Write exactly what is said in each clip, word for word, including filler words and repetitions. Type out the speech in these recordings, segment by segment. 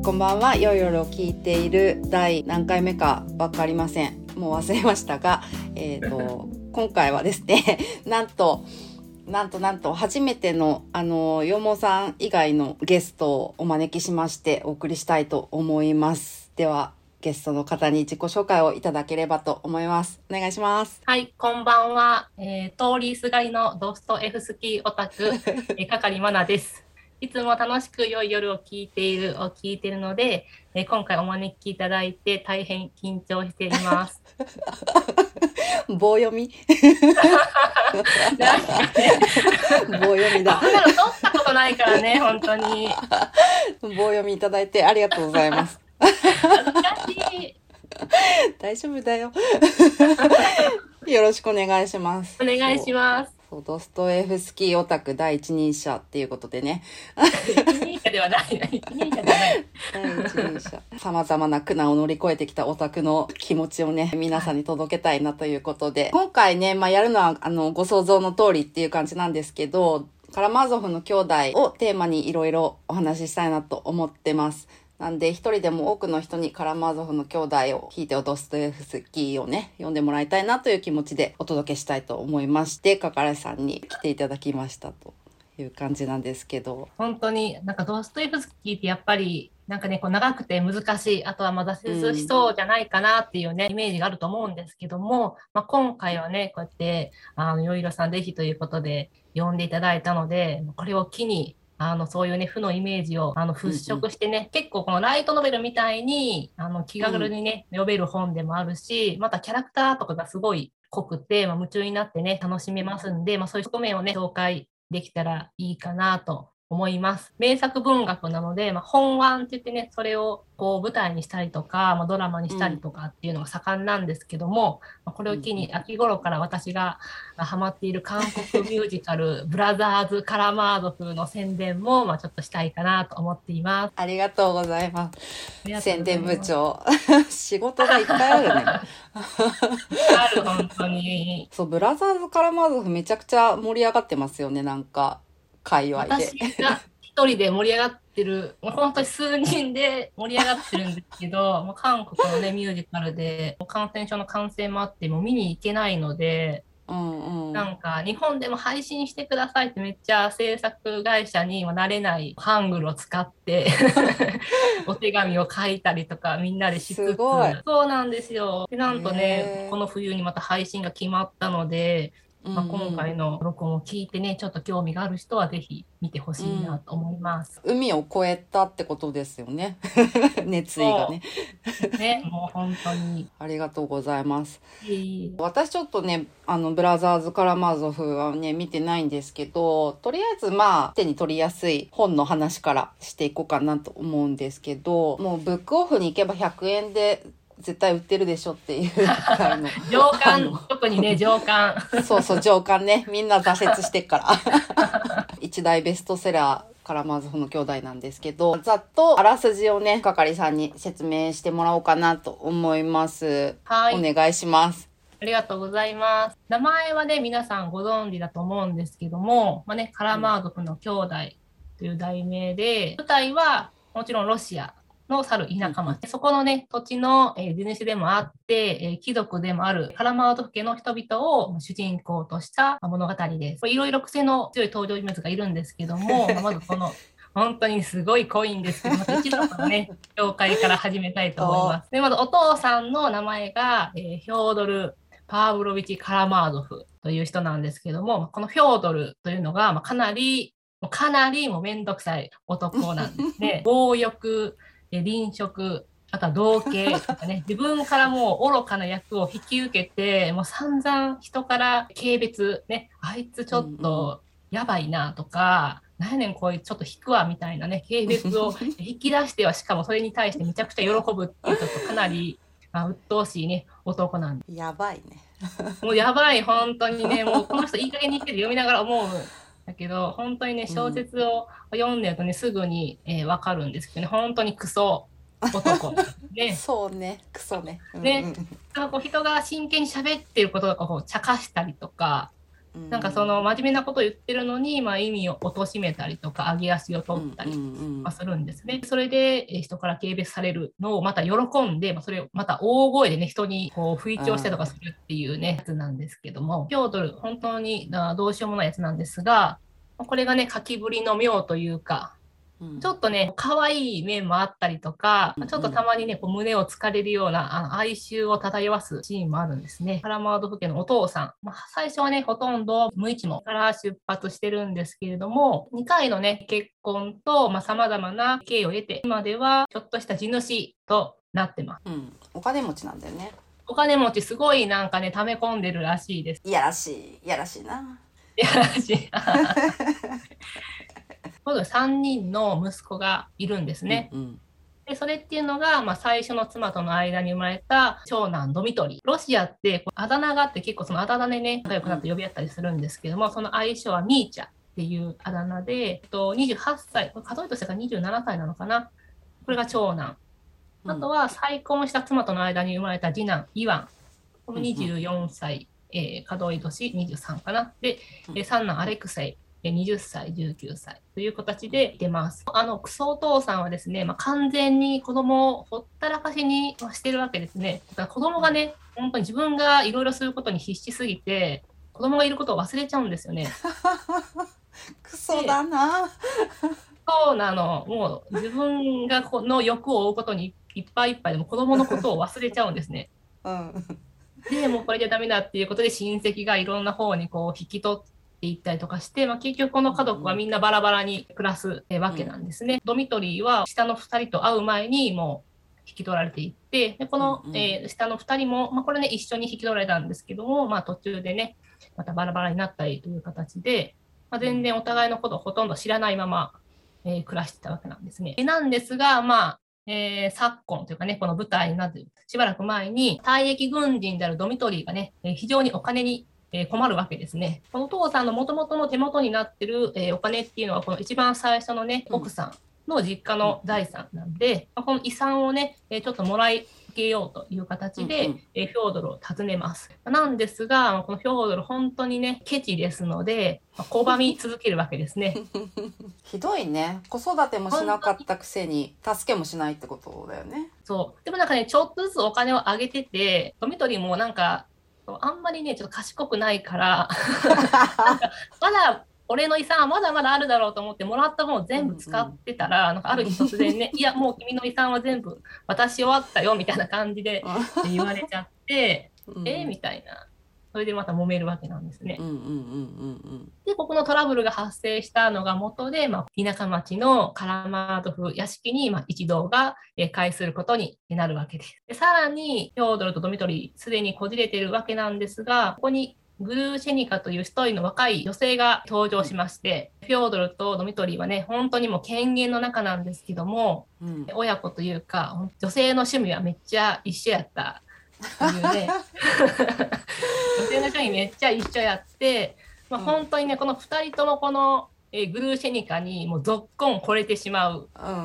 こんばんは。よい夜を聞いている第何回目かわかりません。もう忘れましたが、えーと今回はですね、なんとなんとなんと初めてのあのよもさん以外のゲストをお招きしましてお送りしたいと思います。ではゲストの方に自己紹介をいただければと思います。お願いします。 はい、こんばんは。えー、通りすがりのドストエフスキーオタク、えー、係まなです。いつも楽しく良い夜を聞いているを聞いているので、えー、今回お招きいただいて大変緊張しています。 棒読みなんかね、 棒読みだ。 こんなの取ったことないからね、本当に。 棒読みいただいてありがとうございます。 恥ずかしい。 大丈夫だよ。よろしくお願いします。 お願いします。 そう、ドストエフスキーオタク第一人者っていうことでね。 一人者ではないな、一人者ではない。 第一人者。様々な苦難を乗り越えてきたオタクの気持ちをね、皆さんに届けたいなということで。今回ね、まあ、やるのは、あの、ご想像の通りっていう感じなんですけど、カラマーゾフの兄弟をテーマにいろいろお話ししたいなと思ってます。なんで一人でも多くの人にカラマーゾフの兄弟を聞いてドストエフスキーをね読んでもらいたいなという気持ちでお届けしたいと思いまして、かからさんに来ていただきましたという感じなんですけど、 本当になんかドストエフスキーってやっぱりなんかねこう長くて難しい、あとはまあ挫折しそうじゃないかなっていうね、うん、イメージがあると思うんですけども、まあ、今回はねこうやってあのよいろさんぜひということで呼んでいただいたので、これを機にあのそういうね負のイメージをあの払拭してね、うんうん、結構このライトノベルみたいにあの気軽にね、うん、読める本でもあるし、またキャラクターとかがすごい濃くて、まあ、夢中になってね楽しめますんで、まあ、そういう側面をね紹介できたらいいかなと思います。名作文学なので、まあ、本案って言ってね、それをこう舞台にしたりとか、まあ、ドラマにしたりとかっていうのが盛んなんですけども、うん、これを機に秋頃から私がハマっている韓国ミュージカル、ブラザーズ・カラマーゾフの宣伝も、まあ、ちょっとしたいかなと思っています。 ありがとうございます。宣伝部長。仕事がいっぱいあるね。 ある、本当に。 そう、ブラザーズ・カラマーゾフめちゃくちゃ盛り上がってますよね、なんか。界隈で。 私が一人で盛り上がってる、本当に数人で盛り上がってるんですけど、もう韓国のね、ミュージカルで、感染症の感染もあって、もう見に行けないので、 うんうん、 なんか日本でも配信してくださいってめっちゃ制作会社になれないハングルを使ってお手紙を書いたりとかみんなでしつつ、そうなんですよ。でなんとね、この冬にまた配信が決まったので、まあ、今回の録音を聞いてね、ちょっと興味がある人はぜひ見てほしいなと思います。 うん、海を越えたってことですよね。熱意がね。 ね、もう本当に。 ありがとうございます。私ちょっとね、あの、ブラザーズ・カラマーゾフはね、見てないんですけど、とりあえずまあ、手に取りやすい本の話からしていこうかなと思うんですけど、もうブックオフに行けばひゃくえんで、絶対売ってるでしょっていうくらいの上巻、特にね上巻そうそう上巻ね、みんな挫折してっから一大ベストセラーカラマーゾフの兄弟なんですけど、ざっとあらすじをね係さんに説明してもらおうかなと思います。はい、お願いします。 ありがとうございます。名前はね皆さんご存知だと思うんですけども、まあね、カラマーゾフの兄弟という題名で、舞台はもちろんロシアの去る田舎町、うん、そこのね土地の、えー、地主でもあって、えー、貴族でもあるカラマーゾフ家の人々を主人公とした物語です。いろいろ癖の強い登場人物がいるんですけども、まずこの本当にすごい濃いんですけど、まず一族のね紹介から始めたいと思います。でまずお父さんの名前が、えー、ヒョードル・パーブロビチ・カラマーゾフという人なんですけども、このヒョードルというのが、まあ、かなりかなりもうめんどくさい男なんですね。強欲、臨食、あとは同型とかね、自分からもう愚かな役を引き受けて、もう散々人から軽蔑、ね、あいつちょっとやばいなとか、うんうん、なんやねんこいつちょっと引くわみたいなね、軽蔑を引き出しては、しかもそれに対してめちゃくちゃ喜ぶっていう、ちょっとかなり、まあ、鬱陶しいね、男なんで。 やばいね。 もうやばい、本当にね、もうこの人いい加減に言ってて読みながら思う。だけど本当にね小説を読んでるとね、うん、すぐに、えー、分かるんですけどね、本当にクソ男ねそうね、クソね。 ね、うんうん、こう人が真剣に喋ってることとかこう茶化したりとか、 なんかその真面目なことを言ってるのに、まあ、意味を貶めたりとか上げ足を取ったりするんですね。それで人から軽蔑されるのをまた喜んで、まあ、それをまた大声でね人にこう吹聴したりとかするっていうねやつなんですけども、フョードル本当にどうしようもないやつなんですが、これがね書きぶりの妙というか、ちょっとね、可愛い面もあったりとか、ちょっとたまにね、こう胸をつかれるようなあの哀愁を漂わすシーンもあるんですね。カラマードフ家のお父さん。まあ、最初はね、ほとんど無一文から出発してるんですけれども、にかいのね、結婚と、まあ、様々な経緯を得て、今ではちょっとした地主となってます。 うん。お金持ちなんだよね。 お金持ちすごいなんかね、溜め込んでるらしいです。 いやらしい、いやらしいな。 いやらしい。今度さんにんの息子がいるんですね。うんうん、でそれっていうのが、まあ、最初の妻との間に生まれた長男ドミトリー。ロシアってあだ名があって結構そのあだ名でね仲良くなって呼び合ったりするんですけども、その愛称はミーチャっていうあだ名で、えっと、にじゅうはっさい、これ数えとしてがにじゅうななさいなのかな。これが長男。あとは再婚した妻との間に生まれた次男イワン。このにじゅうよんさい、えー、数え年にじゅうさんかな。で、三男アレクセイ。はたち、じゅうきゅうさいという形で出ます。あのクソお父さんはですね、まあ、完全に子供をほったらかしにしてるわけですね。だから子供がね、本当に自分がいろいろすることに必死すぎて、子供がいることを忘れちゃうんですよね。 クソだな。 そうなの。もう自分がこの欲を追うことにいっぱいいっぱいでも子供のことを忘れちゃうんですね。うん、で、もうこれじゃダメだっていうことで親戚がいろんな方にこう引き取っていったりとかして、まあ、結局この家族はみんなバラバラに暮らすわけなんですね。うん、ドミトリーは下のふたりと会う前にもう引き取られていって、でこの、うんえー、下のふたりも、まあ、これね一緒に引き取られたんですけども、まあ、途中でねまたバラバラになったりという形で、まあ、全然お互いのことをほとんど知らないまま、えー、暮らしてたわけなんですね。なんですが、まあえー、昨今というかね、この舞台になってしばらく前に、退役軍人であるドミトリーがね、非常にお金に困るわけですね。このお父さんの元々の手元になってる、えー、お金っていうのは、この一番最初のね、奥さんの実家の財産なんで、うん、この遺産をね、ちょっともらい受けようという形で、うんうんえー、フョードルを訪ねます。なんですが、このフョードル本当にね、ケチですので、拒み続けるわけですね。 ひどいね。子育てもしなかったくせに助けもしないってことだよね。 そう。でもなんかね、ちょっとずつお金をあげてて、ドミトリーもなんか、あんまりね、ちょっと賢くないから、なんかまだ俺の遺産はまだまだあるだろうと思ってもらったものを全部使ってたら、うんうん、なんかある日突然ね、いや、もう君の遺産は全部渡し終わったよみたいな感じで言われちゃって、うん、えー、みたいな。それでまた揉めるわけなんですね。で、ここのトラブルが発生したのが元で、まあ、田舎町のカラマードフ屋敷に、まあ、一同が会することになるわけです。でさらに、フョードルとドミトリー、すでにこじれているわけなんですが、ここにグルーシェニカという一人の若い女性が登場しまして、フョードルとドミトリーはね、本当にもう権限の中なんですけども、うん、親子というか、女性の趣味はめっちゃ一緒やった。というね女性の人にめっちゃ一緒やって、まあ、本当にね、うん、このふたりともこの、えー、グルーシェニカにもうぞっこん惚れてしまう、うんうんうん、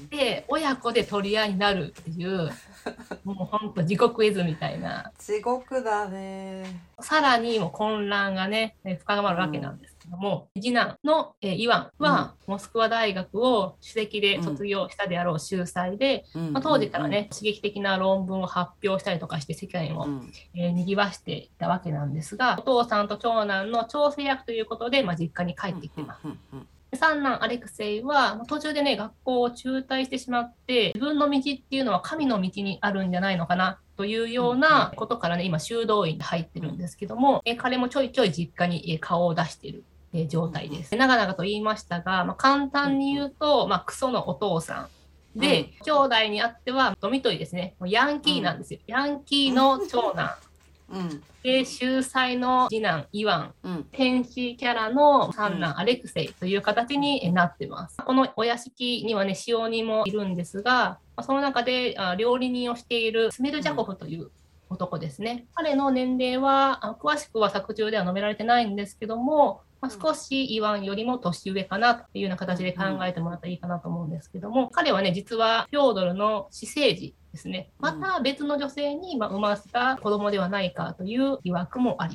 で親子で取り合いになるっていうもう本当地獄絵図みたいな地獄だね。 さらにもう混乱がね深まるわけなんですけども、うん、次男の、えー、イワンは、うん、モスクワ大学を首席で卒業したであろう秀才で、うんまあ、当時からね、うん、刺激的な論文を発表したりとかして世間を、うんえー、賑わしていたわけなんですが、お父さんと長男の調整役ということで、まあ、実家に帰ってきてます。うんうんうんうん三男アレクセイは途中でね学校を中退してしまって自分の道っていうのは神の道にあるんじゃないのかなというようなことからね今修道院に入ってるんですけども、え彼もちょいちょい実家に顔を出している状態です。長々と言いましたが、まあ、簡単に言うと、まあ、クソのお父さんで、うん、兄弟にあってはドミトリですね、ヤンキーなんですよ、うん、ヤンキーの長男うん、で秀才の次男イワン、うん、天使キャラの三男アレクセイという形になってます。このお屋敷にはね使用人もいるんですが、その中で料理人をしているスメルジャコフという男ですね、うん、彼の年齢は詳しくは作中では述べられてないんですけども、まあ、少しイワンよりも年上かなというような形で考えてもらったらいいかなと思うんですけども、彼はね実はフョードルの私生児ですね。また別の女性に産ませた子供ではないかという疑惑もあります。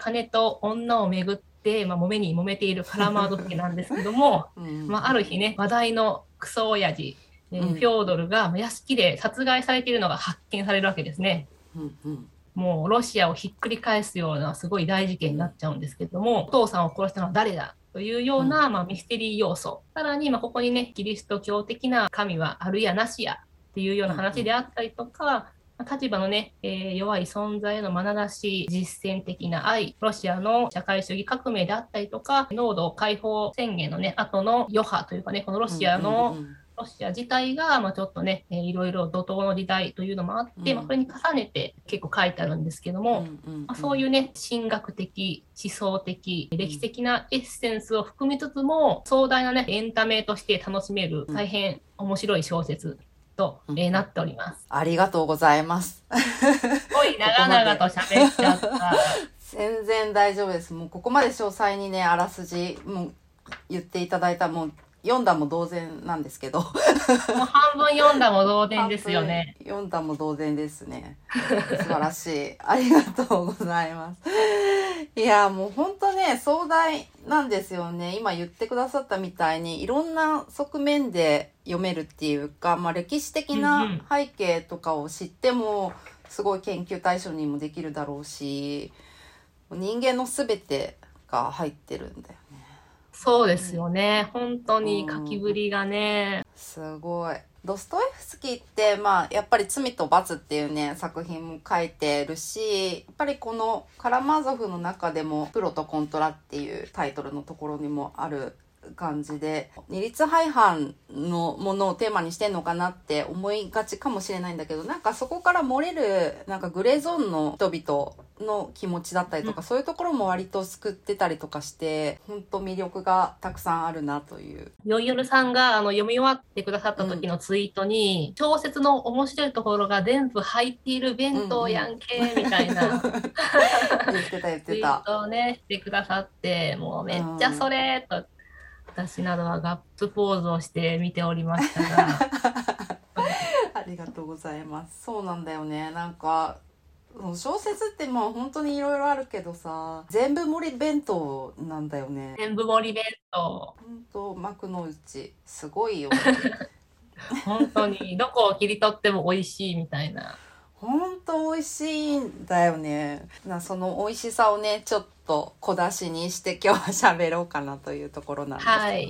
金と女をめぐって、まあ、揉めに揉めているカラマーゾフ家なんですけども、うんまあ、ある日ね話題のクソ親父、えーうん、フョードルが屋敷で殺害されているのが発見されるわけですね。うんうんもうロシアをひっくり返すようなすごい大事件になっちゃうんですけども、お父さんを殺したのは誰だというような、まあ、ミステリー要素。さらに、まあ、ここにね、キリスト教的な神はあるやなしやっていうような話であったりとか、立場のね、えー、弱い存在への眼差し、実践的な愛、ロシアの社会主義革命であったりとか、濃度解放宣言のね、後の余波というかね、このロシアの、うんうんうんロシア自体が、まあ、ちょっとね、えー、いろいろ怒涛の時代というのもあって、うんまあ、これに重ねて結構書いてあるんですけども、うんうんうんまあ、そういうね、神学的、思想的、歴史的なエッセンスを含みつつも、壮大なね、エンタメとして楽しめる大変面白い小説と、うんえー、なっております。 ありがとうございます。 すごい長々と喋っちゃった。 全然大丈夫です。もうここまで詳細にね、あらすじもう言っていただいたもう読んだも同然なんですけどもう半分読んだも同然ですよね。 読んだも同然ですね。素晴らしい。ありがとうございます。いやもう本当ね壮大なんですよね。今言ってくださったみたいにいろんな側面で読めるっていうか、まあ、歴史的な背景とかを知ってもすごい研究対象にもできるだろうし、人間の全てが入ってるんだよね。 そうですよね。本当に書きぶりがね。 すごい。ドストエフスキーって、まあ、やっぱり罪と罰っていうね、作品も書いてるし、やっぱりこのカラマーゾフの中でも、プロとコントラっていうタイトルのところにもある感じで、二律背反のものをテーマにしてんのかなって思いがちかもしれないんだけど、なんかそこから漏れる、なんかグレーゾーンの人々、の気持ちだったりとか、うん、そういうところも割と救ってたりとかして本当魅力がたくさんあるなという。 よいよるさんがあの読み終わってくださった時のツイートに、うん、小説の面白いところが全部入っている弁当やんけ、うんうん、みたいな言ってた言ってたツイートをねしてくださって、もうめっちゃそれと、うん、私などはガッツポーズをして見ておりましたがありがとうございます。そうなんだよね。なんか小説ってまあ本当にいろいろあるけどさ、全部盛り弁当なんだよね。 全部盛り弁当。 本当幕の内すごいよ、ね。 本当にどこを切り取っても美味しいみたいな。 本当美味しいんだよね。なその美味しさをねちょっと小出しにして今日は喋ろうかなというところなんですけど。はい。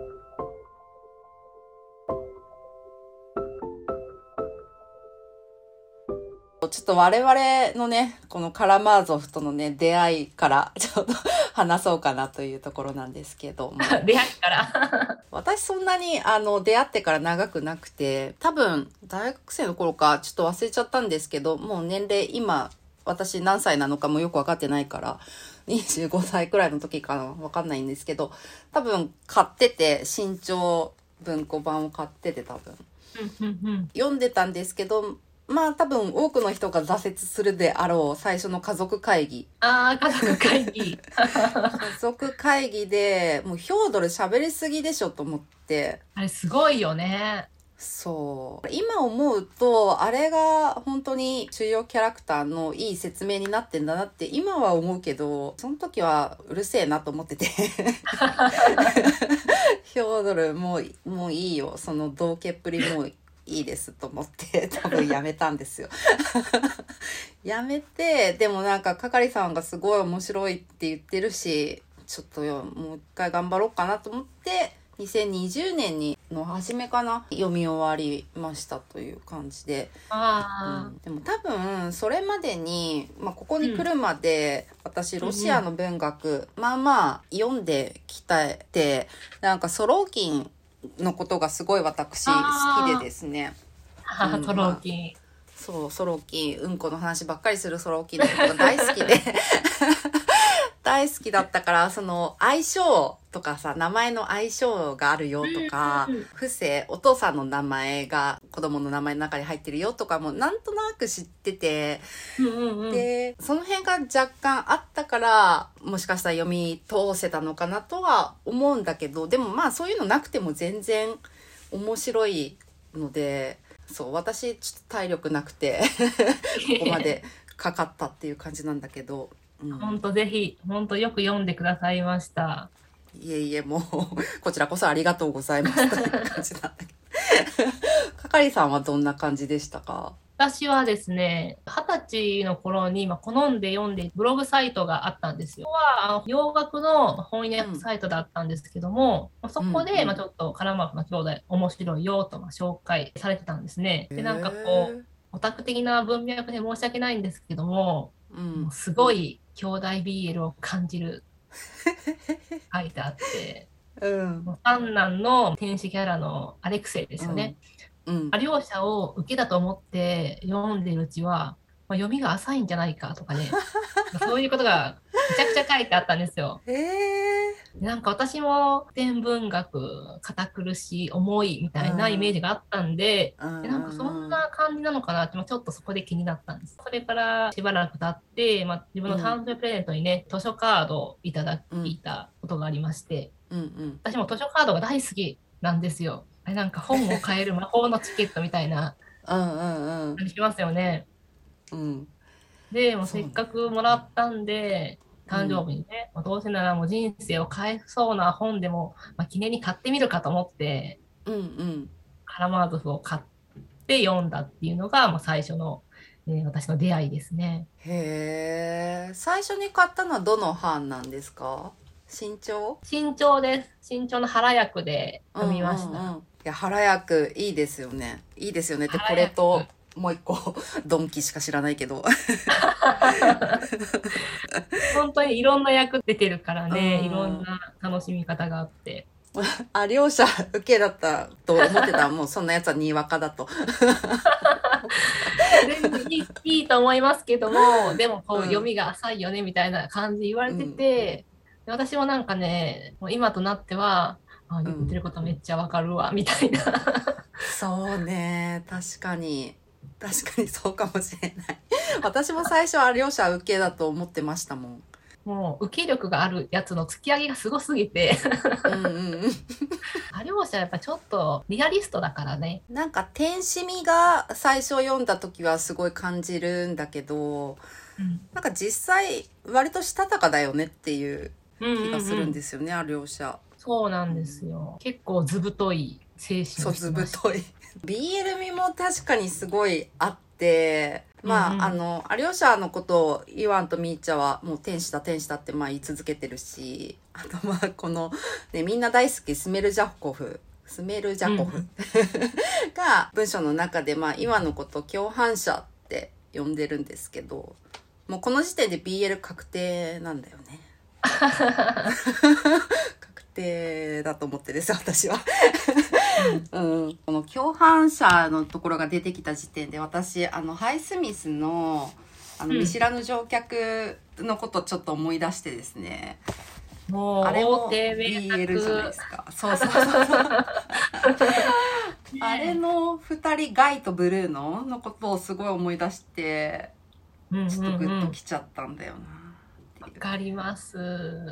ちょっと我々のね、このカラマーゾフとのね、出会いからちょっと話そうかなというところなんですけども。 出会いから私そんなにあの出会ってから長くなくて、多分大学生の頃かちょっと忘れちゃったんですけど、もう年齢今私何歳なのかもよく分かってないから、にじゅうごさいくらいの時かな分かんないんですけど、多分買ってて、新潮文庫版を買ってて多分。読んでたんですけど、まあ多分多くの人が挫折するであろう最初の家族会議。 ああ、家族会議。 家族会議で、もうヒョードル喋りすぎでしょと思って。 あれすごいよね。 そう。今思うと、あれが本当に主要キャラクターのいい説明になってんだなって今は思うけど、その時はうるせえなと思ってて。ヒョードルもう、もういいよ。その道家っぷりもういいですと思って多分やめたんですよ。やめて、でもなんか係さんがすごい面白いって言ってるし、ちょっともう一回頑張ろうかなと思ってにせんにじゅうねんにの初めかな読み終わりましたという感じで。 あ、 うん、でも多分それまでに、まあ、ここに来るまで、うん、私ロシアの文学、うん、まあまあ読んできたて、なんかソローキンのことがすごい私好きでですね。 うん、ソローキン、 そう、ソローキン、うんこの話ばっかりするソローキンのことが大好きで大好きだったから、その相性とかさ、名前の相性があるよとか、伏せ、お父さんの名前が子供の名前の中に入ってるよとかもなんとなく知ってて、 うんうんうん、 でその辺が若干あったから、もしかしたら読み通せたのかなとは思うんだけど、でもまあそういうのなくても全然面白いので、そう、私ちょっと体力なくてここまでかかったっていう感じなんだけど、 うん、 本当ぜひ、本当よく読んでくださいました。 いえいえ、もうこちらこそありがとうございますという感じなんだけどかかりさんはどんな感じでしたか？ 私はですね、はたちの頃に、まあ、好んで読んでブログサイトがあったんですよ。ここはあの洋楽の翻訳うんサイトだったんですけども、まあそうんこで、まあ、ちうん。 ょっとカラマークの兄弟面白いよとまあ紹介されてたんですね。 へで、なんかこえ。 う、オタク的な文脈で申し訳ないんですけども、 うんもうすごい兄弟 ビーエル を感じる書いてあって、 うんもう三男の天使キャラのアレクセイでうんすよね。 うん両者を受けだと思って読んでるうちは、まあ、読みが浅いんじゃないかとかね、そういうことがめちゃくちゃ書いてあったんですよ。 へえ。 でなんか私も古典文学、堅苦しい、重いみうたいなイメージんがあったんで、 うんでなんかそんうんな感じなのかなって、まあ、ちょっとそこで気になったんです。それからしばらく経って、まあ、自分のうん誕生日プレゼントにね、図書カードをいただうんいたことがありまして、 うんうん私も図書カードが大好きなんですよ。あれなんか本を買える魔法のチケットみたいなうんうんうん感じしますよね。 うん。 で、もうそうね。 せっかくもらったんで、誕うん生日にね、もうどうせならもう人生を変えそうな本でも、まあ、記念に買ってみるかと思って、 うんうんカラマーゾフを買って読んだっていうのが、もう最初の、えー私の出会いですね。 へえ。最初に買ったのはどの版なんですか？新潮？ 新潮です。新潮の腹訳で読みうんうました。 んうん。いや、原薬いいですよね。いいですよねって、これ腹と訳。 もう一個ドンキしか知らないけど本当にいろんな役出てるからうね、いろんん。 な楽しみ方があって。 あ、両者受けだったと思ってたら、もうそんなやつはにわかだと。 全然いい、いいと思いますけども、でもこう読うんみが浅いよねみたいな感じ言われてうんて、で私もなんかね、もう今となっては、あ、言ってうん。 ることめっちゃわかるわ、みたいな。 そうね、確かに。確かにそうかもしれない。私も最初は両者受けだと思ってましたもん。 もう受け力があるやつの突き上げがすごすぎて、 うんうんうん。 あ両者やっぱちょっとリアリストだからね。 なんか天使味が最初読んだ時はすごい感じるんだけど、 うん、 なんか実際割としたたかだよねっていううんうん気がするんでうん。 すよね、あ両者。 そうなんですよ。結構図太い精神をそう、 してました。 ずぶとい。ビーエル 味も確かにすごいあって、まあ、あうんうん。 の、有吉のことをイワンとミーチャはもう天使だ天使だってまあ言い続けてるし、あとまあこの、ね、みんな大好きスメルジャコフ、スメルジャコフうんうん。 が文章の中でまあイワンのことを共犯者って呼んでるんですけど、もうこの時点で ビーエル 確定なんだよね。確定だと思ってです私は。 うん。 うん、この共犯者のところが出てきた時点で私あのハイスミスのあの見知うん。 らぬ乗客のことちょっと思い出してですね、あもう、大れも手名ビーエル じゃないで作。 すか。そうそうそうそうあれねのふたりガイとブルーノのことをすごい思い出してえ。うんうちょっとグッんうん。 ときちゃったんだよなっわていう。 かります。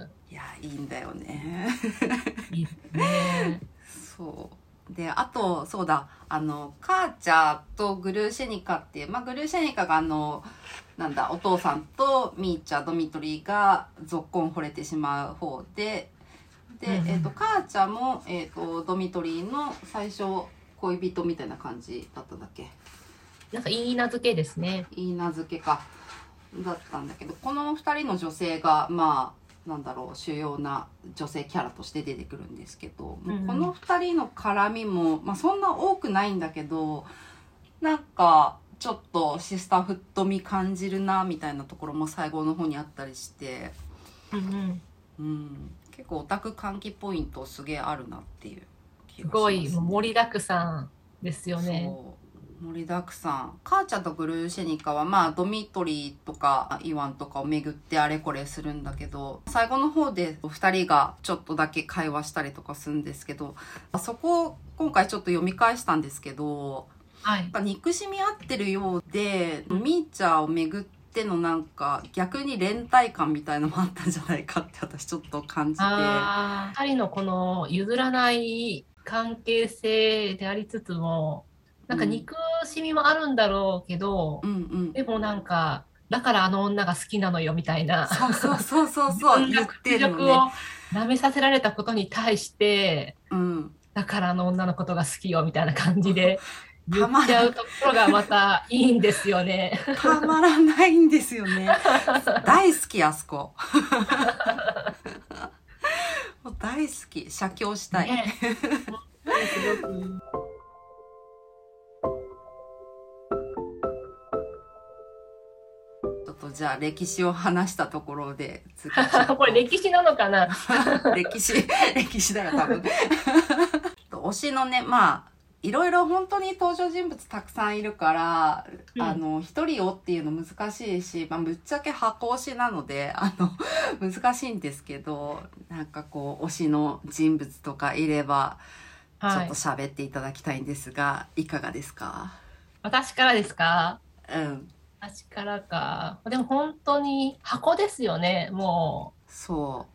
いやいいんだよね。 いいですね。 そうで、あとそうだ、あのカーチャーとグルーシェニカっていう、まあ、グルーシェニカがあのなんだお父さんとミーチャドミトリーがぞっこん惚れてしまう方で、で、 うんうん。 えー、とカーチャーも、えー、とドミトリーの最初恋人みたいな感じだったんだっけ。 なんかいい名付けですね。 いい名付けかだったんだけど、このふたりの女性がまあなんだろう主要な女性キャラとして出てくるんですけど、 うんう。 もうこのふたりの絡みも、まあ、そんな多くないんだけど、なんかちょっとシスターフット味感じるなみたいなところも最後の方にあったりして、 うんうん。 うん、結構オタク喚起ポイントすげえあるなっていう気すがしごい、もうますね。 盛りだくさんですよね。 そう盛りだくさん。カーチャとグルーシェニカはまあドミトリーとかイワンとかを巡ってあれこれするんだけど、最後の方でふたりがちょっとだけ会話したりとかするんですけど、そこを今回ちょっと読み返したんですけど、 はい。 やっぱ憎しみ合ってるようで、 うん。 ミーチャーを巡ってのなんか逆に連帯感みたいのもあったんじゃないかって私ちょっと感じて。 ああ、二人のこの譲らない関係性でありつつも、なんかうん憎しみもあるんだろうけど、 うんうんでもなんかだからあの女が好きなのよみたいな。 そうそうそうそうそう言ってるのね。 屈辱を舐めさせられたことに対して、 うん。 だからあの女のことが好きよみたいな感じで言たまらっちゃうところがまたいいんですよね。 たまらないんですよね。大好きあそこ。もう大好き。写経したい。 ね、すごくちょっとじゃあ歴史を話したところで次これ歴史なのかな。 歴史歴史だよ多分。推しのね、まあいろいろ本当に登場人物たくさんいるから、うん、あの一人をっていうの難しいし、まあ、ぶっちゃけ箱推しなのであの難しいんですけど、なんかこう推しの人物とかいればちょっと喋っていただきたいんですが、はい、いかがですか？ 私からですか？ うん。 私からか。でも本当に箱ですよね。もうそう。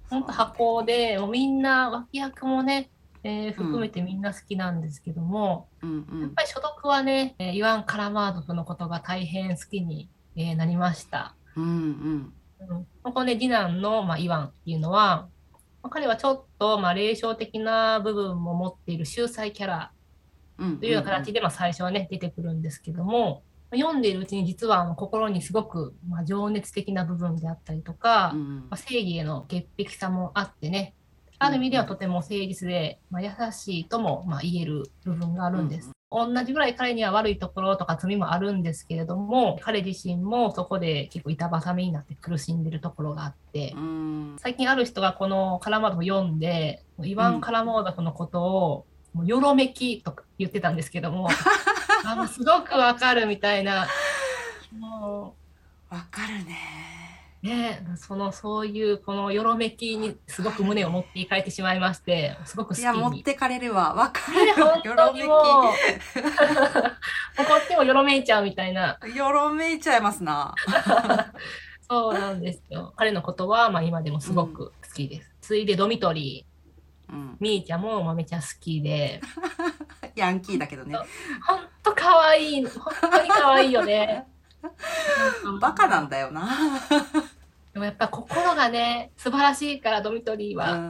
本当箱で、もうみんな脇役もね。えー、含めてみんな好きなんですけども、 うんうん、 やっぱり所属はね、イワン・カラマーゾフのことが大変好きに、えー、なりました。 うんうんうん、ここね、次男の、まあ、イワンっていうのは、まあ、彼はちょっと、まあ、霊障的な部分も持っている秀才キャラというような形で、まあ、最初はね、出てくるんですけども、読んでいるうちに実はあの心にすごく、まあ、情熱的な部分であったりとか、うん、まあ、正義への潔癖さもあってね、ある意味ではとても誠実で、まあ、優しいともまあ言える部分があるんです。同じぐらい彼には悪いところとか罪もあるんですけれども、彼自身もそこで結構板挟みになって苦しんでるところがあって、最近ある人がこのカラマードフを読んで、イワン・カラマードフのことをもうよろめきとか言ってたんですけども、あのすごくわかるみたいな。 もうわかるね。 ね、そのそういうこのよろめきにすごく胸を持っていかれてしまいまして、すごく好きに。いや、 持ってかれるわ。わかる。 本当にもう。もうこっちもよろめいちゃうみたいな。 よろめいちゃいますな。 そうなんですよ。彼のことは、まあ今でもすごく好きです。うん、ついでドミトリー、うん、ミーちゃんもめちゃ好きで。 ヤンキーだけどね。 ほんとかわいい。本当にかわいいよね。 バカなんだよな。 でもやっぱ心がね、素晴らしいからドミトリーは。うん、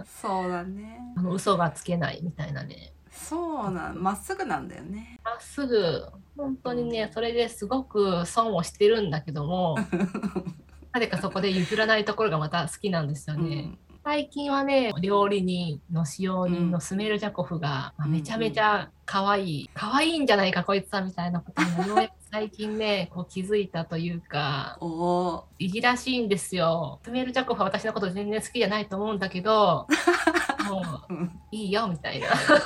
そうだね。 あの嘘がつけないみたいなね。 そうなん、まっすぐなんだよね。 まっすぐ、本当にね、うん、それですごく損をしてるんだけども、なぜかそこで譲らないところがまた好きなんですよね。うん、最近はね、料理人の使用人のスメルジャコフが、うん、めちゃめちゃ可愛い、可愛いんじゃないかこいつはみたいなことにようやく最近ね、こう気づいたというか、 おいじらしいんですよ。スメルジャコフは私のこと全然好きじゃないと思うんだけど、もういいよみたいな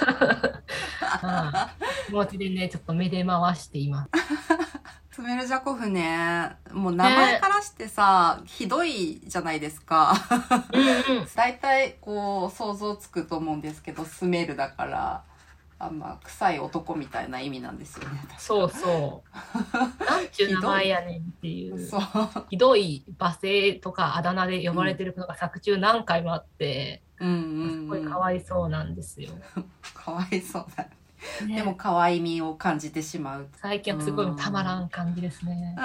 気持ちでね、ちょっと目で回しています。 スメルジャコフね、もう名前からしてさ、ね、ひどいじゃないですか。うん、うん、大体こう想像つくと思うんですけど、スメルだから、あんま臭い男みたいな意味なんですよね。 そうそう。なんちゅう名前やねんっていう。そうひどい罵声とかあだ名で呼ばれてるのが作中何回もあって、うんうんうん、すごいかわいそうなんですよ。 かわいそうだ。ね、でも可愛みを感じてしまう。 最近はすごいたまらん感じですね。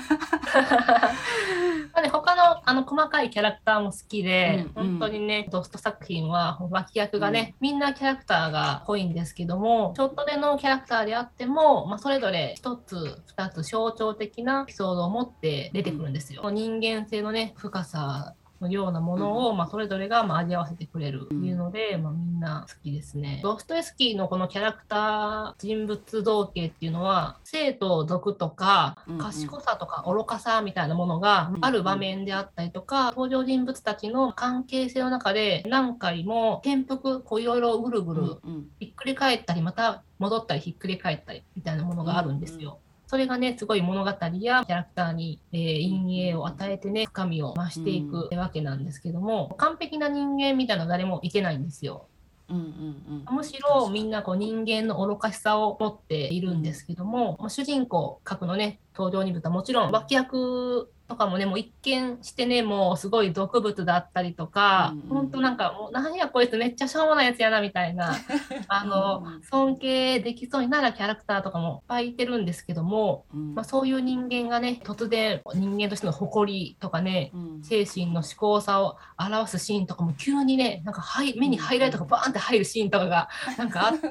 他のあの細かいキャラクターも好きで、うんうん、本当にね、ドスト作品は脇役がね、うん、みんなキャラクターが濃いんですけども、ちょっとでのキャラクターであっても、まあ、それぞれ一つ、二つ象徴的なエピソードを持って出てくるんですよ。うん、人間性のね、深さのようなものを、うん、まあ、それぞれがまあ味合わせてくれるというので、うん、まあ、みんな好きですね。ドストエフスキーのこのキャラクター人物造形っていうのは、生と俗とか賢さとか愚かさみたいなものがある場面であったりとか、登場人物たちの関係性の中で何回も転覆、こういろいろぐるぐるひっくり返ったり、また戻ったりひっくり返ったりみたいなものがあるんですよ。それがね、すごい物語やキャラクターに、えー、陰影を与えてね、深みを増していくわけなんですけども、うん、完璧な人間みたいなの誰もいけないんですよ。うんうんうん、むしろみんなこう人間の愚かしさを持っているんですけども、うん、主人公、各のね、登場人物はもちろん脇役とかもね、もう一見してね、もうすごい毒物だったりとか、 うんうん、 ほんとなんかもう何やこいつめっちゃしょうもないやつやなみたいな、あの、 うんうん、 尊敬できそうになるキャラクターとかもいっぱいいてるんですけども、 うん、 まあ、そういう人間がね、突然人間としての誇りとかね、 うん、 精神の思考さを表すシーンとかも急にね、なんかはい目にハイライトがバーンって入るシーンとかがなんかあって、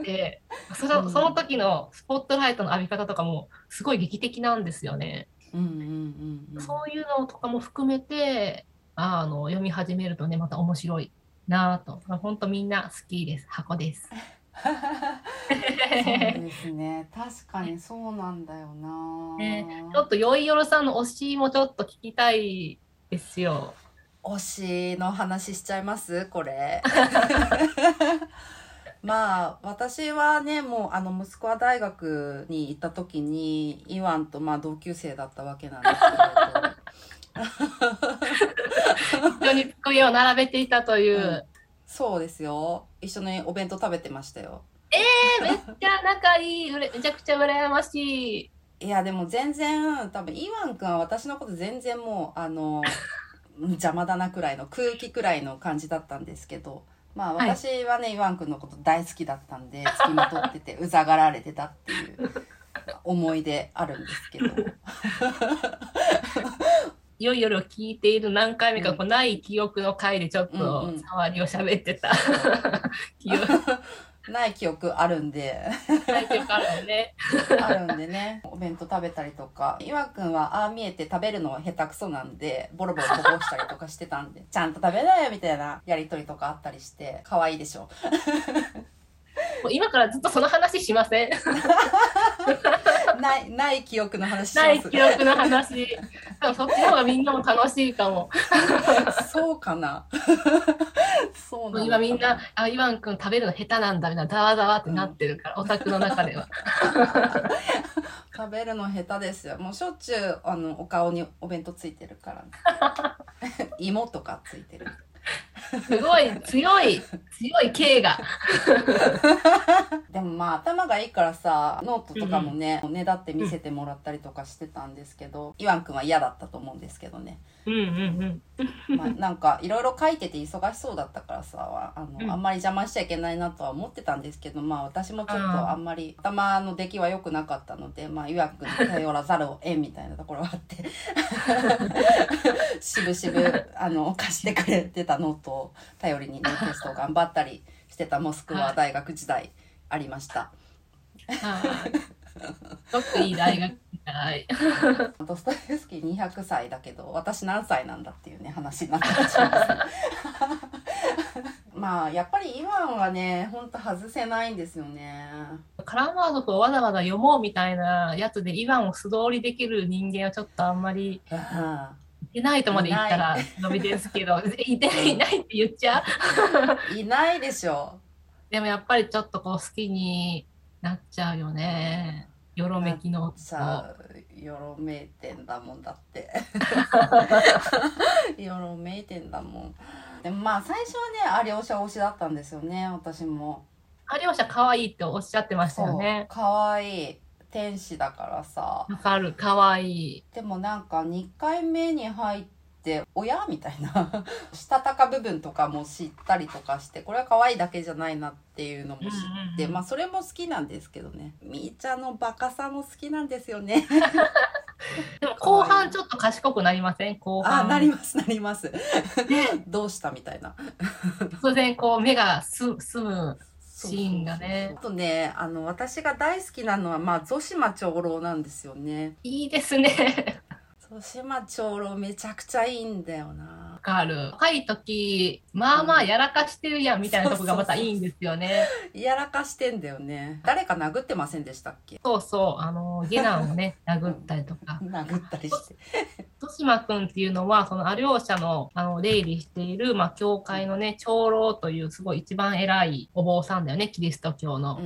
その、その時のスポットライトの浴び方とかもすごい劇的なんですよね。 うんうんうんうん、 そういうのとかも含めて、あの、読み始めるとね、また面白いなぁと。本当みんな好きです。箱です。 そうですね。確かにそうなんだよね、ちな。 ょっとよいよるさんの推しもちょっと聞きたいですよ。 推しの話しちゃいますこれ。まあ、私はね、もう、あの、息子は大学に行った時に、イワンと、まあ、同級生だったわけなんですけれど。 一緒に机を並べていたという。うん、 そうですよ。一緒にお弁当食べてましたよ。 えー、めっちゃ仲いい。めちゃくちゃ羨ましい。 いや、でも全然、多分、イワン君は私のこと全然もう、あの、邪魔だなくらいの、空気くらいの感じだったんですけど、まあ私はね、はい、イワン君のこと大好きだったんで、付きまとってて、うざがられてたっていう思い出あるんですけど。 いよいよを聞いている何回目か、こうない記憶の回でちょっと触りを喋ってた。 うんうんない記憶あるんで。 ない記憶あるんで。 あるんでね。お弁当食べたりとか。イワくんはああ見えて食べるの下手くそなんで、ボロボロこぼしたりとかしてたんで、ちゃんと食べなよみたいなやりとりとかあったりして、可愛いでしょ。 もう今からずっとその話しません？ ない、ない記憶の話します。ない記憶の話。そっちの方がみんなも楽しいかも。 そうかな。そうなのかな。 今みんな、あ、イワン君食べるの下手なんだみたいな、ざわざわってなってるから、うん、オタクの中では。 食べるの下手ですよ。もうしょっちゅう、あの、お顔にお弁当ついてるから、ね。芋とかついてる。 すごい強い強いKがでもまあ頭がいいからさ、ノートとかもね、うん、ねだって見せてもらったりとかしてたんですけど、うん、イワン君は嫌だったと思うんですけどね。 うんうんうん、 まあなんかいろいろ書いてて忙しそうだったからさ、あの、うん、あんまり邪魔しちゃいけないなとは思ってたんですけど、まあ私もちょっとあんまり頭の出来は良くなかったので、まあイワン君に頼らざるを得んみたいなところがあってしぶしぶあの貸してくれてたノートを頼りにねテストを頑張ったりしてたモスクワ大学時代ありました。 すごくいい大学時代。 ドストエフスキーにひゃくさいだけど私何歳なんだっていうね話になってしまいますまあやっぱりイワンはねほんと外せないんですよね。 カラマーゾフをわざわざ読もうみたいなやつでイワンを素通りできる人間はちょっとあんまりいないとまで言ったら伸びですけどいていないって言っちゃういないでしょ。 でもやっぱりちょっとこう好きになっちゃうよね。よろめきのさよろめいてんだもんだってよろめいてんだもん。でもまあ最初はねアリオシャ推しだったんですよね。私もアリオシャ可愛いっておっしゃってましたよね。 可愛い天使だからさ。 わかる、可愛い。 でもなんかにかいめに入って親みたいなしたたか部分とかも知ったりとかして、これは可愛いだけじゃないなっていうのも知って、うんうん、まあそれも好きなんですけどね。みーちゃんのバカさも好きなんですよねでも後半ちょっと賢くなりません？後半。 あ、なりますなりますどうしたみたいな突然こう目がす澄むシーンがね。 あとね、あの私が大好きなのはまあゾシマ長老なんですよね。 いいですねゾシマ長老めちゃくちゃいいんだよな。 わかる。若い時まあまあやらかしてるやんみたいなとこがまたいいんですよね。 やらかしてんだよね。誰か殴ってませんでしたっけ？ そうそう、あの下男をね殴ったりとか殴ったりしてトシマくんっていうのはそのアリョーシャのあの出入りしている、まあ、教会のね長老というすごい一番偉いお坊さんだよね、キリスト教の、 うんうんうん、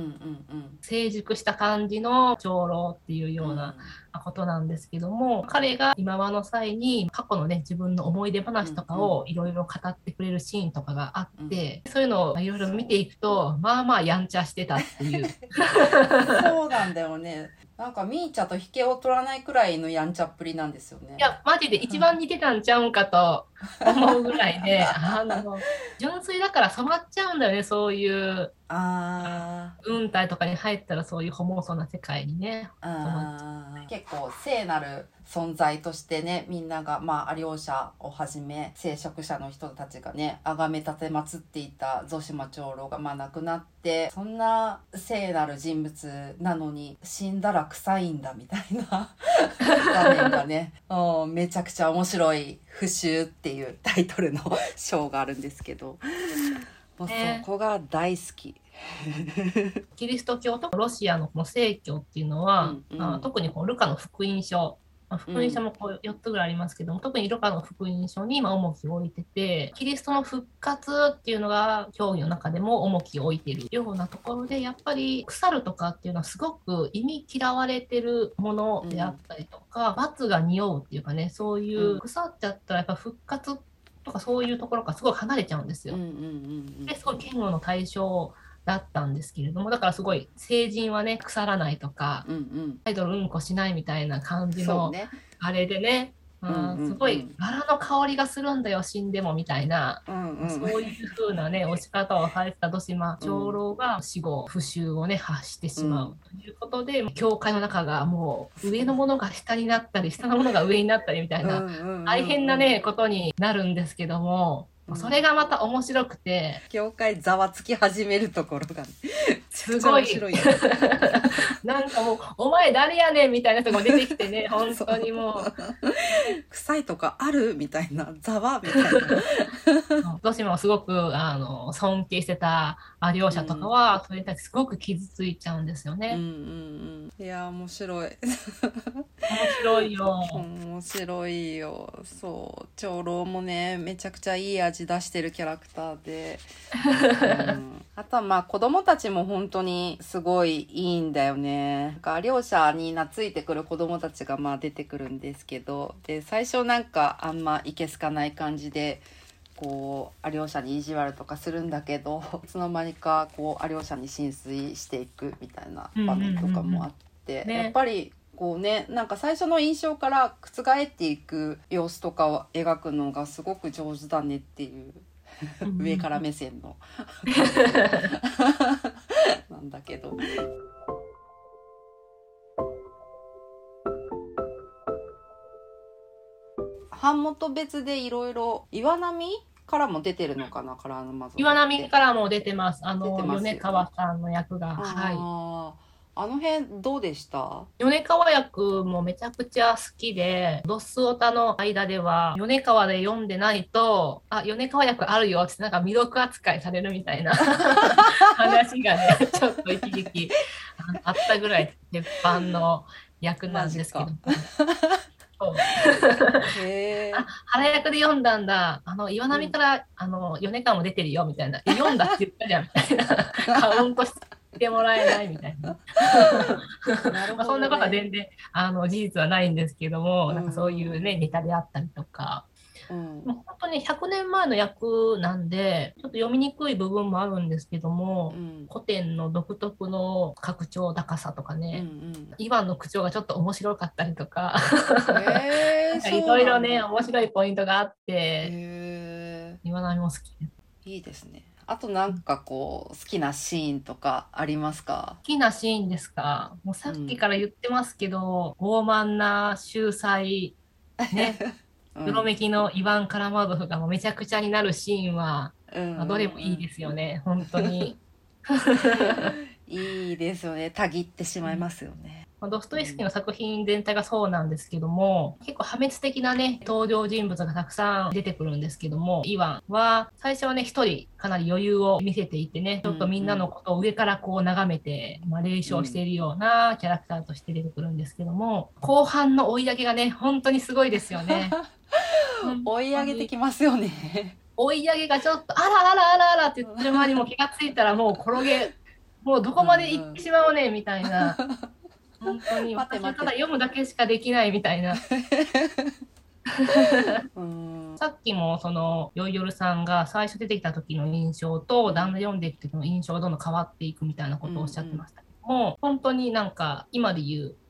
成熟した感じの長老っていうようなことなんですけども、うん、彼が今話の際に過去のね自分の思い出話とかをいろいろ語ってくれるシーンとかがあって、うん、そういうのをいろいろ見ていくとまあまあやんちゃしてたっていうそうなんだよね。 なんかミーチャと引けを取らないくらいのやんちゃっぷりなんですよね。 いや、マジで一番似てたんちゃうんかと思うぐらいで、あの、純粋だから染まっちゃうんだよね、そういう、 あー軍隊とかに入ったらそういうホモソな世界にね、染まっちゃう。 あー結構聖なる存在としてね、みんなが、まあ、アリョーシャをはじめ聖職者の人たちがね崇め立て祀っていたゾシマ長老が、まあ、亡くなって、そんな聖なる人物なのに死んだら臭いんだみたいな場面がね、うん、めちゃくちゃ面白い「復讐」っていうタイトルのショーがあるんですけど、もうそこが大好き。 キリスト教とロシアのこの正教っていうのは、 うんうん、 まあ、特にこのルカの福音書、まあ、福音書もこうよっつぐらいありますけども、うん、特にルカの福音書に今重きを置いてて、キリストの復活っていうのが教義の中でも重きを置いているようなところで、やっぱり腐るとかっていうのはすごく意味嫌われてるものであったりとか、うん、罰が匂うっていうかね、そういう腐っちゃったらやっぱ復活とかそういうところからすごい離れちゃうんですよ。 うんうんうんうん、 ですごい嫌悪の対象だったんですけれども、だからすごい成人はね腐らないとか、 うんうん、 アイドルうんこしないみたいな感じのあれでね、 うんうんうん、 すごいバラの香りがするんだよ死んでもみたいな、 うんうん、 そういう風なね押し方をされてたドシマ長老が死後復讐をね発してしまうということで、うん、教会の中がもう上のものが下になったり下のものが上になったりみたいな大変なねことになるんですけども、それがまた面白くて、 教会ざわつき始めるところが、ね、 すごいなんかもうお前誰やねんみたいな人が出てきてね本当にもう臭いとかあるみたいな、ざわみたいなどうしてもすごくあの尊敬してた両者とかは、うん、それに対してすごく傷ついちゃうんですよね。 うんうんうん、いや面白い面白いよ面白いよ。そう長老もねめちゃくちゃいい味出してるキャラクターで、うん、あとはまあ子供たちも本当にすごいいいんだよね。なんか両者に懐いてくる子供たちがまあ出てくるんですけど、で最初なんかあんまいけすかない感じでこう両者に意地悪とかするんだけど、いつの間にかこう両者に浸水していくみたいな場面とかもあって、うんうんうんうんね、やっぱりこうね、なんか最初の印象から覆っていく様子とかを描くのがすごく上手だねっていう上から目線のなんだけど、版元別でいろいろ岩波からも出てるのかな、カラーのマゾ岩波からも出てます。あの米川さんの役が、はい。 あの辺どうでした？ 米川役もめちゃくちゃ好きで、ドスオタの間では米川で読んでないと、あ、米川役あるよってなんか未読扱いされるみたいな話がねちょっと一時期あったぐらい鉄板の役なんですけどそうへあ原役で読んだんだ、あの岩波から、うん、あの米川も出てるよみたいな、読んだって言ったじゃんみたいなカウントしてもらえないみたいななるほど、ね、まあそんなことは全然あの事実はないんですけども、うん、なんかそういうねネタであったりとか、うん、もう本当にひゃくねんまえの役なんでちょっと読みにくい部分もあるんですけども、うん、古典の独特の格調高さとかね、うんうん、イワンの口調がちょっと面白かったりとかいろいろね面白いポイントがあって岩波も好きです。 いいですね。あとなんかこう好きなシーンとかありますか？ 好きなシーンですか？もうさっきから言ってますけど、うん、傲慢な秀才ね黒めきのイヴァン・カラマードフがもうめちゃくちゃになるシーンは、うんまあ、どれもいいですよね、本当にいいですよね。たぎってしまいますよね。 ドストエフスキーの作品全体がそうなんですけども、結構破滅的なね登場人物がたくさん出てくるんですけども、イワンは最初はね一人かなり余裕を見せていてね、ちょっとみんなのことを上からこう眺めて、まあ、冷笑しているようなキャラクターとして出てくるんですけども、後半の追い上げがね本当にすごいですよね追い上げてきますよね追い上げがちょっとあらあらあらあらって言ってる間にも気がついたらもう転げもうどこまで行ってしまうねみたいな、本当に私はただ読むだけしかできないみたいなうんさっきもそのヨイヨルさんが最初出てきた時の印象とだんだん読んでいく時の印象がどんどん変わっていくみたいなことをおっしゃってましたけども、うんうん、本当になんか今で言う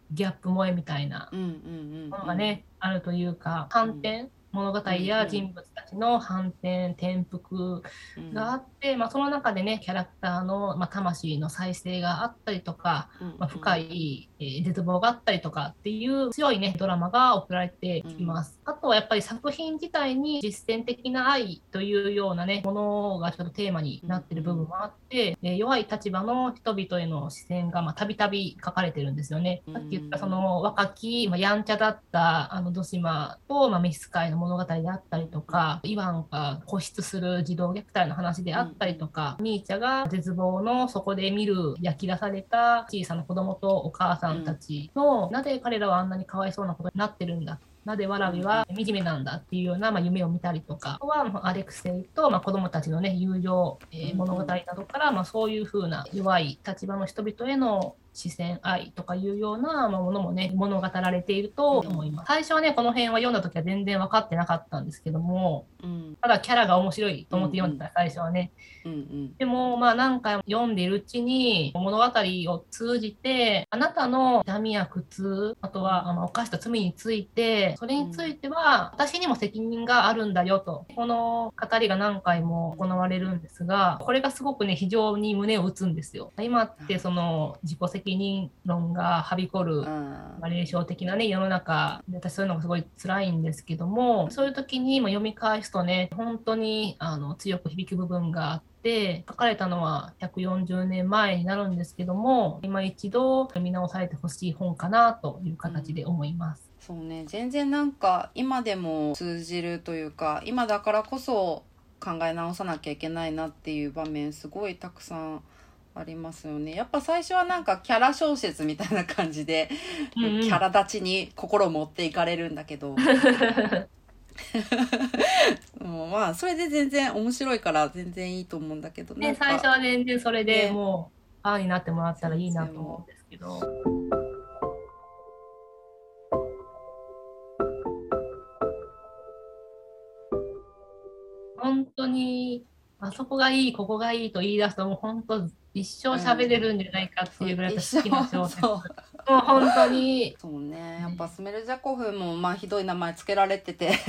ギャップ萌えみたいなうんうんうんものがね、あるというか、反転、物語や人物たちの反転、転覆うんがあって、まあ、その中でね、キャラクターの、まあ、魂の再生があったりとか、 うんまあ、深い、えー絶望があったりとかっていう強いね、ドラマが送られてきます。あとはやっぱり作品自体に実践的な愛というようなね、ものがちょっとテーマになっている部分もあって、えー弱い立場の人々への視線がまあたびたび書かれてるんですよね。さっき言ったその若き、まあ、やんちゃだったあのドシマと、まあ、召使いの物語であったりとか、イワンが固執する児童虐待の話であったりとか、ミーチャが絶望の底で見る焼き出された小さな子供とお母さんたちの、なぜ彼らはあんなにかわいそうなことになってるんだ。なぜわらびは惨めなんだっていうような、まあ、夢を見たりとか、あとはまあアレクセイと、まあ、子供たちの、ね、友情、えー物語などから、まあ、そういうふうな弱い立場の人々への視線、愛とかいうようなまあものもね、物語られていると思います。最初はね、この辺は読んだ時は全然分かってなかったんですけども、 うんただキャラが面白いと思って読んでた、最初はね。 うんうんでも、まあ何回も読んでいるうちに、物語を通じて、あなたの痛みや苦痛、あとはあの犯した罪について、それについては私にも責任があるんだよと、この語りが何回も行われるんですが、これがすごくね、非常に胸を打つんですよ。今ってその自己責任論がはびこる、まあ、霊障的なね、世の中で、私そういうのがすごい辛いんですけども、そういう時にも読み返すとね、本当にあの強く響く部分があって、書かれたのはひゃくよんじゅうねんまえになるんですけども、今一度読み直されてほしい本かなという形で思います。 うん、そうね、全然なんか今でも通じるというか、今だからこそ考え直さなきゃいけないなっていう場面すごいたくさんありますよね。やっぱ最初はなんかキャラ小説みたいな感じで、うんうん、キャラ立ちに心を持っていかれるんだけどもうまあそれで全然面白いから全然いいと思うんだけどね、最初は全然それでもうファンになってもらったらいいなと思うんですけど、本当にあそこがいいここがいいと言い出すともう本当一生喋れるんじゃないかっていうぐらい好きな小説、うん、もう本当にそうね、やっぱスメルジャコフもまあひどい名前つけられてて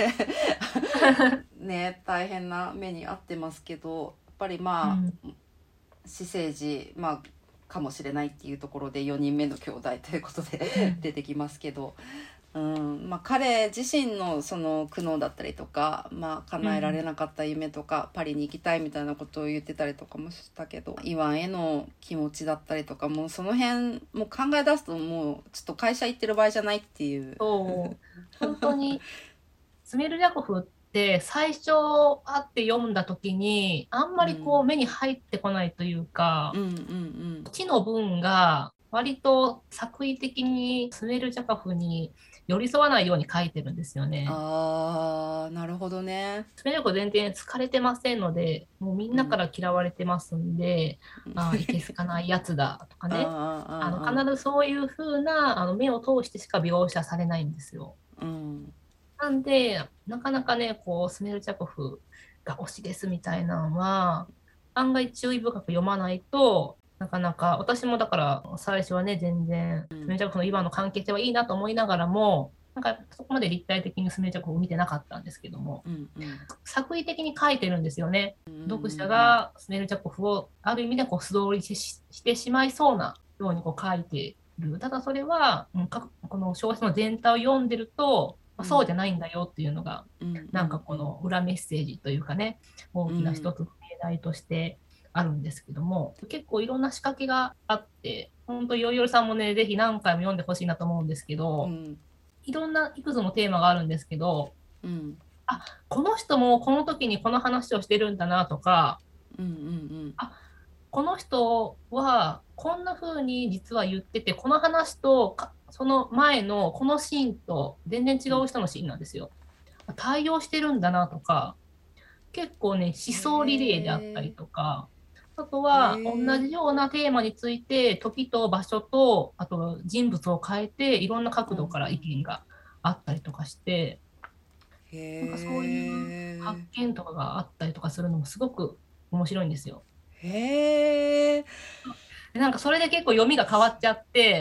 ね、大変な目に遭ってますけど、やっぱりまあ、うん、私生児まあかもしれないっていうところでよにんめの兄弟ということで出てきますけど、うんまあ、彼自身のその苦悩だったりとか、まあ、叶えられなかった夢とか、うん、パリに行きたいみたいなことを言ってたりとかもしたけど、イワンへの気持ちだったりとかもうその辺もう考え出すともうちょっと会社行ってる場合じゃないっていう。 そう本当にスメルジャコフって最初会って読んだ時にあんまりこう目に入ってこないというか、 うんうんうん、 知の文が割と作為的にスメルジャコフに寄り添わないように書いてるんですよね。 あー、なるほどね。 スメルジャコフ全然疲れてませんので、もうみんなから嫌われてますんで、うん、あいけすかないやつだとかね、あの必ずそういう風なあの目を通してしか描写されないんですよ。 うんなんで、なかなかね、こう、スメルチャコフが推しですみたいなのは、案外注意深く読まないと、なかなか、私もだから最初はね、全然、スメルチャコフの今の関係性はいいなと思いながらも、なんかそこまで立体的にスメルチャコフを見てなかったんですけども、 うんうん、 作為的に書いてるんですよね。うんうんうん、読者がスメルチャコフをある意味でこう素通り し, してしまいそうなようにこう書いてる。ただそれは、うん、この小説の全体を読んでると、そうじゃないんだよっていうのが、うん、なんかこの裏メッセージというかね、大きな一つの命題としてあるんですけども、うん、結構いろんな仕掛けがあって、本当よいよりさんもね、ぜひ何回も読んでほしいなと思うんですけど、うん、いろんないくつもテーマがあるんですけど、うん、あ、この人もこの時にこの話をしてるんだなとか、うんうんうん、あ、この人はこんな風に実は言ってて、この話とその前のこのシーンと全然違う人のシーンなんですよ。対応してるんだなとか、結構ね、思想リレーであったりとか、あとは同じようなテーマについて時と場所と、あと人物を変えていろんな角度から意見があったりとかして、なんかそういう発見とかがあったりとかするのもすごく面白いんですよ。 へー。 なんかそれで結構読みが変わっちゃって、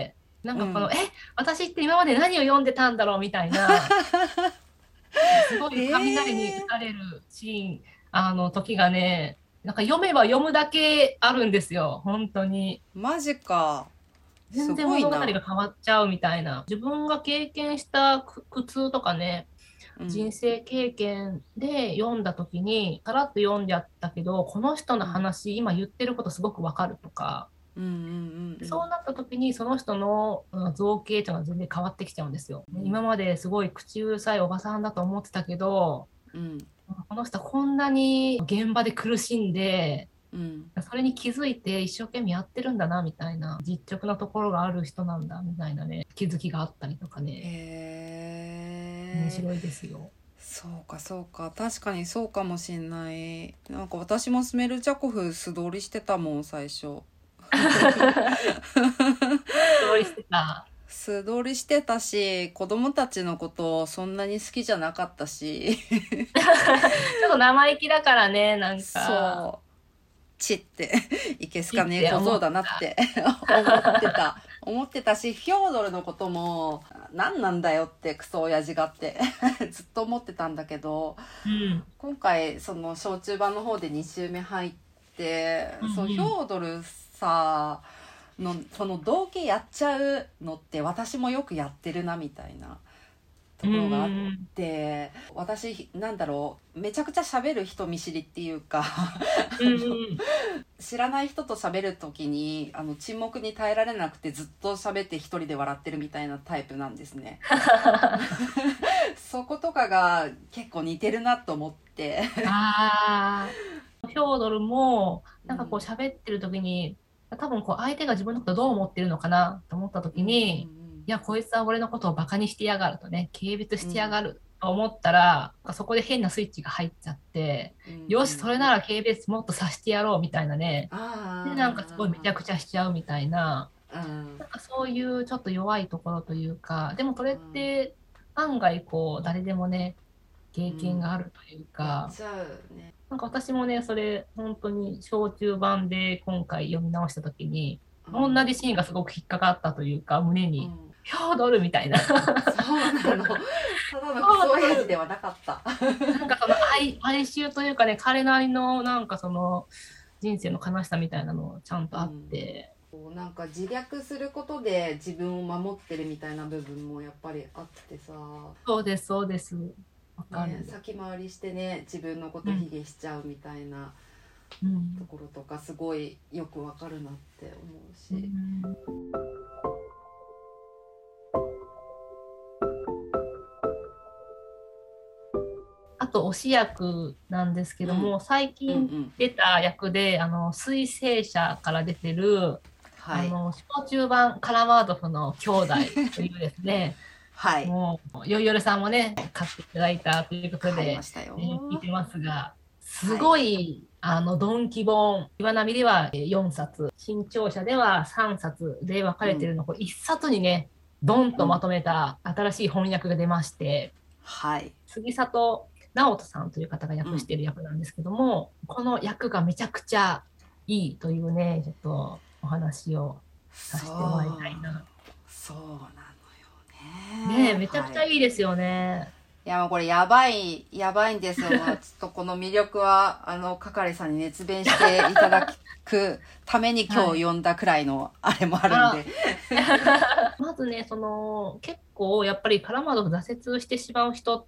なんかこの、 うん、 え、私って今まで何を読んでたんだろうみたいな、すごい雷に打えたれるシーン、あの時がね、なんか読めば読むだけあるんですよ、本当に。 ー、マジか。す全然物語がごいな。 変わっちゃうみたいな。自分が経験した苦苦痛とかね、 うん、 人生経験で読んだ時に、さらっと読んじゃったけど、この人のうん、 話、今言ってることすごくわかるとか、 うん、うん、うん、 そうなった時にその人のうん造形というのが全然変わってきちゃうんですよ。今まですごい口うるさいおばさんだと思ってたけど、 うん、 この人こんなに現場で苦しんで、 うん。 それに気づいて一生懸命やってるんだなみたいな、実直なところがある人なんだみたいなね、気づきがあったりとかね、面へえ。 白いですよ。 そうかそうか、確かにそうかもしんない。なんか私もスメルチャコフ素通りしてたもん最初。 通りしてた。 素通りしてたし、子供たちのことをそんなに好きじゃなかったし。 ちょっと生意気だからね、なんか、 そう、チっていけすかねえいいって小僧だ思った。 なって思ってた思ってたし、フョードルのことも何なんだよってクソ親父がってずっと思ってたんだけど、 うん。 今回その小中版の方でに週目入って、 うんそうヒうん。 ョードルさのその道化やっちゃうのって私もよくやってるなみたいなとうんうころがあっんて、私なんだろう、めちゃくちゃ喋る人見知りっていうかうん。うんうん知らない人と喋る時にあの沈黙に耐えられなくてずっと喋って一人で笑ってるみたいなタイプなんですね。そことかが結構似てるなと思ってああ、ヒョードルも、なんかこううん喋ってる時に、多分こう相手が自分のことどう思ってるのかなと思ったうんうん時に、いや、こいつは俺のことをバカにしてやがるとね、軽蔑してやうんがると思ったら、そこで変なスイッチが入っちゃって、 うんうんよし、それなら軽蔑もっとさしてやろうみたいなね。で、なんかすごいめちゃあくちゃしちゃうみたいな、 あうんなんかそういうちょっと弱いところというか、でもそれっうんて案外こう誰でもね、経験がうんあるというか、 やっちゃうね。 なんか私もね、それ本当に小中版で今回読み直した時に、同じシーンがすごく引っかかったというか、胸に、 うんうんヒョードルみたいな。 そうなの、ただのクソ親父ではなかったなんかその哀、哀愁というかね、彼なりのなんかその人生の悲しさみたいなのちゃんとあっうんて、 こうなんか自虐することで自分を守ってるみたいな部分もやっぱりあってさ、 そうです、そうです。わかね、 る。 先回りしてね自分のことうん、 卑下しちゃうみたいなとうん、 ころとかすごいよくわかるなって思ううし、 ん。あと推し役なんですけうんども、最近うんうん出た役で、あの、水星社から出てる、あはいの、小中版カラマードフの兄弟というですね、 はいもう、よいよるさんもね、買っていただいたということで、 買いましたよ。 ね、聞いてますが、すはいごい、あの、ドンキ本、岩波ではよんさつ、新潮社ではさんさつで分かれてるのを、これいっさつにね、ドンとまとめた新しい翻訳が出まして、 はい杉里直人さんという方がうん訳している役なんですけども、この役がめちゃくちゃいいというね、ちょっとお話をさそうせてもらいたいな。 そうなのよねえ、 ね。 めちゃくちゃはい、 いいですよね。 いやもうこれやばいやばいんですよ。まあ、ちょっとこの魅力はあの係さんに熱弁していただくために今はい。 日読んだくらいのあれもあるんで、 まずね、その結構やっぱりカラマードフ挫折してしまう人って、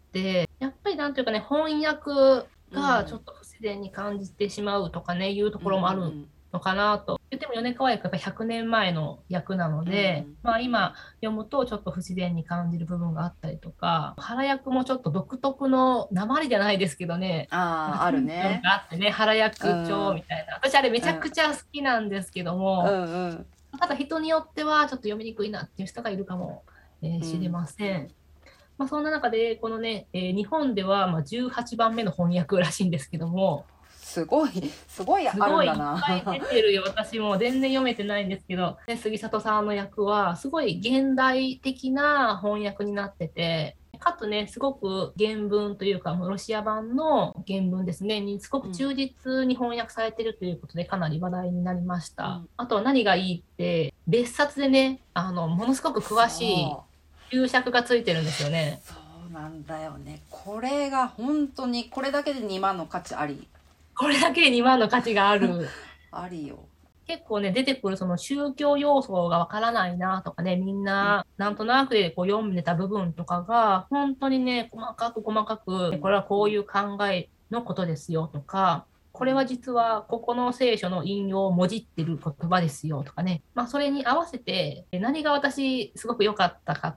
やっぱりなんていうかね、翻訳がちょっと不自然に感じてしまうとかね、いうとうんうんころもあるうんのかなと。言っても米川役がひゃくねんまえの役なのうんうで、 んまあ今読むとちょっと不自然に感じる部分があったりとか、原役もちょっと独特の訛りじゃないですけどね、なんかあああるテンションね。 があってね、原役うん長みたいな。私あれめちゃくちゃ好きなんですけどうも、 んうんただ人によってはちょっと読みにくいなっていう人がいるかもえー知れうんません。まあ、そんな中で、このね、えー日本ではまあじゅうはちばんめの翻訳らしいんですけども、 すごいすごいあるんだすごいいっぱい出な。 てるよ。私も全然読めてないんですけど、ね杉里さんの役はすごい現代的な翻訳になってて、かつね、すごく原文というか、ロシア版の原文ですね、にすごく忠実に翻訳されているということで、かなり話題になりました。 うんあとは何がいいって、 別冊でね、あの、ものすごく詳しい注釈がついてるんですよね。 そうなんだよね。これが本当にこれだけでにまんの価値あり。 これだけでにまんの価値がある。 ありよ。 結構ね、出てくるその宗教要素がわからないなとかね、みんななんとなくでこう読んでた部分とかが、本当にね、細かく細かく、これはこういう考えのことですよとか、これは実はここの聖書の引用をもじってる言葉ですよとかね。まあそれに合わせて何が私すごく良かったかって、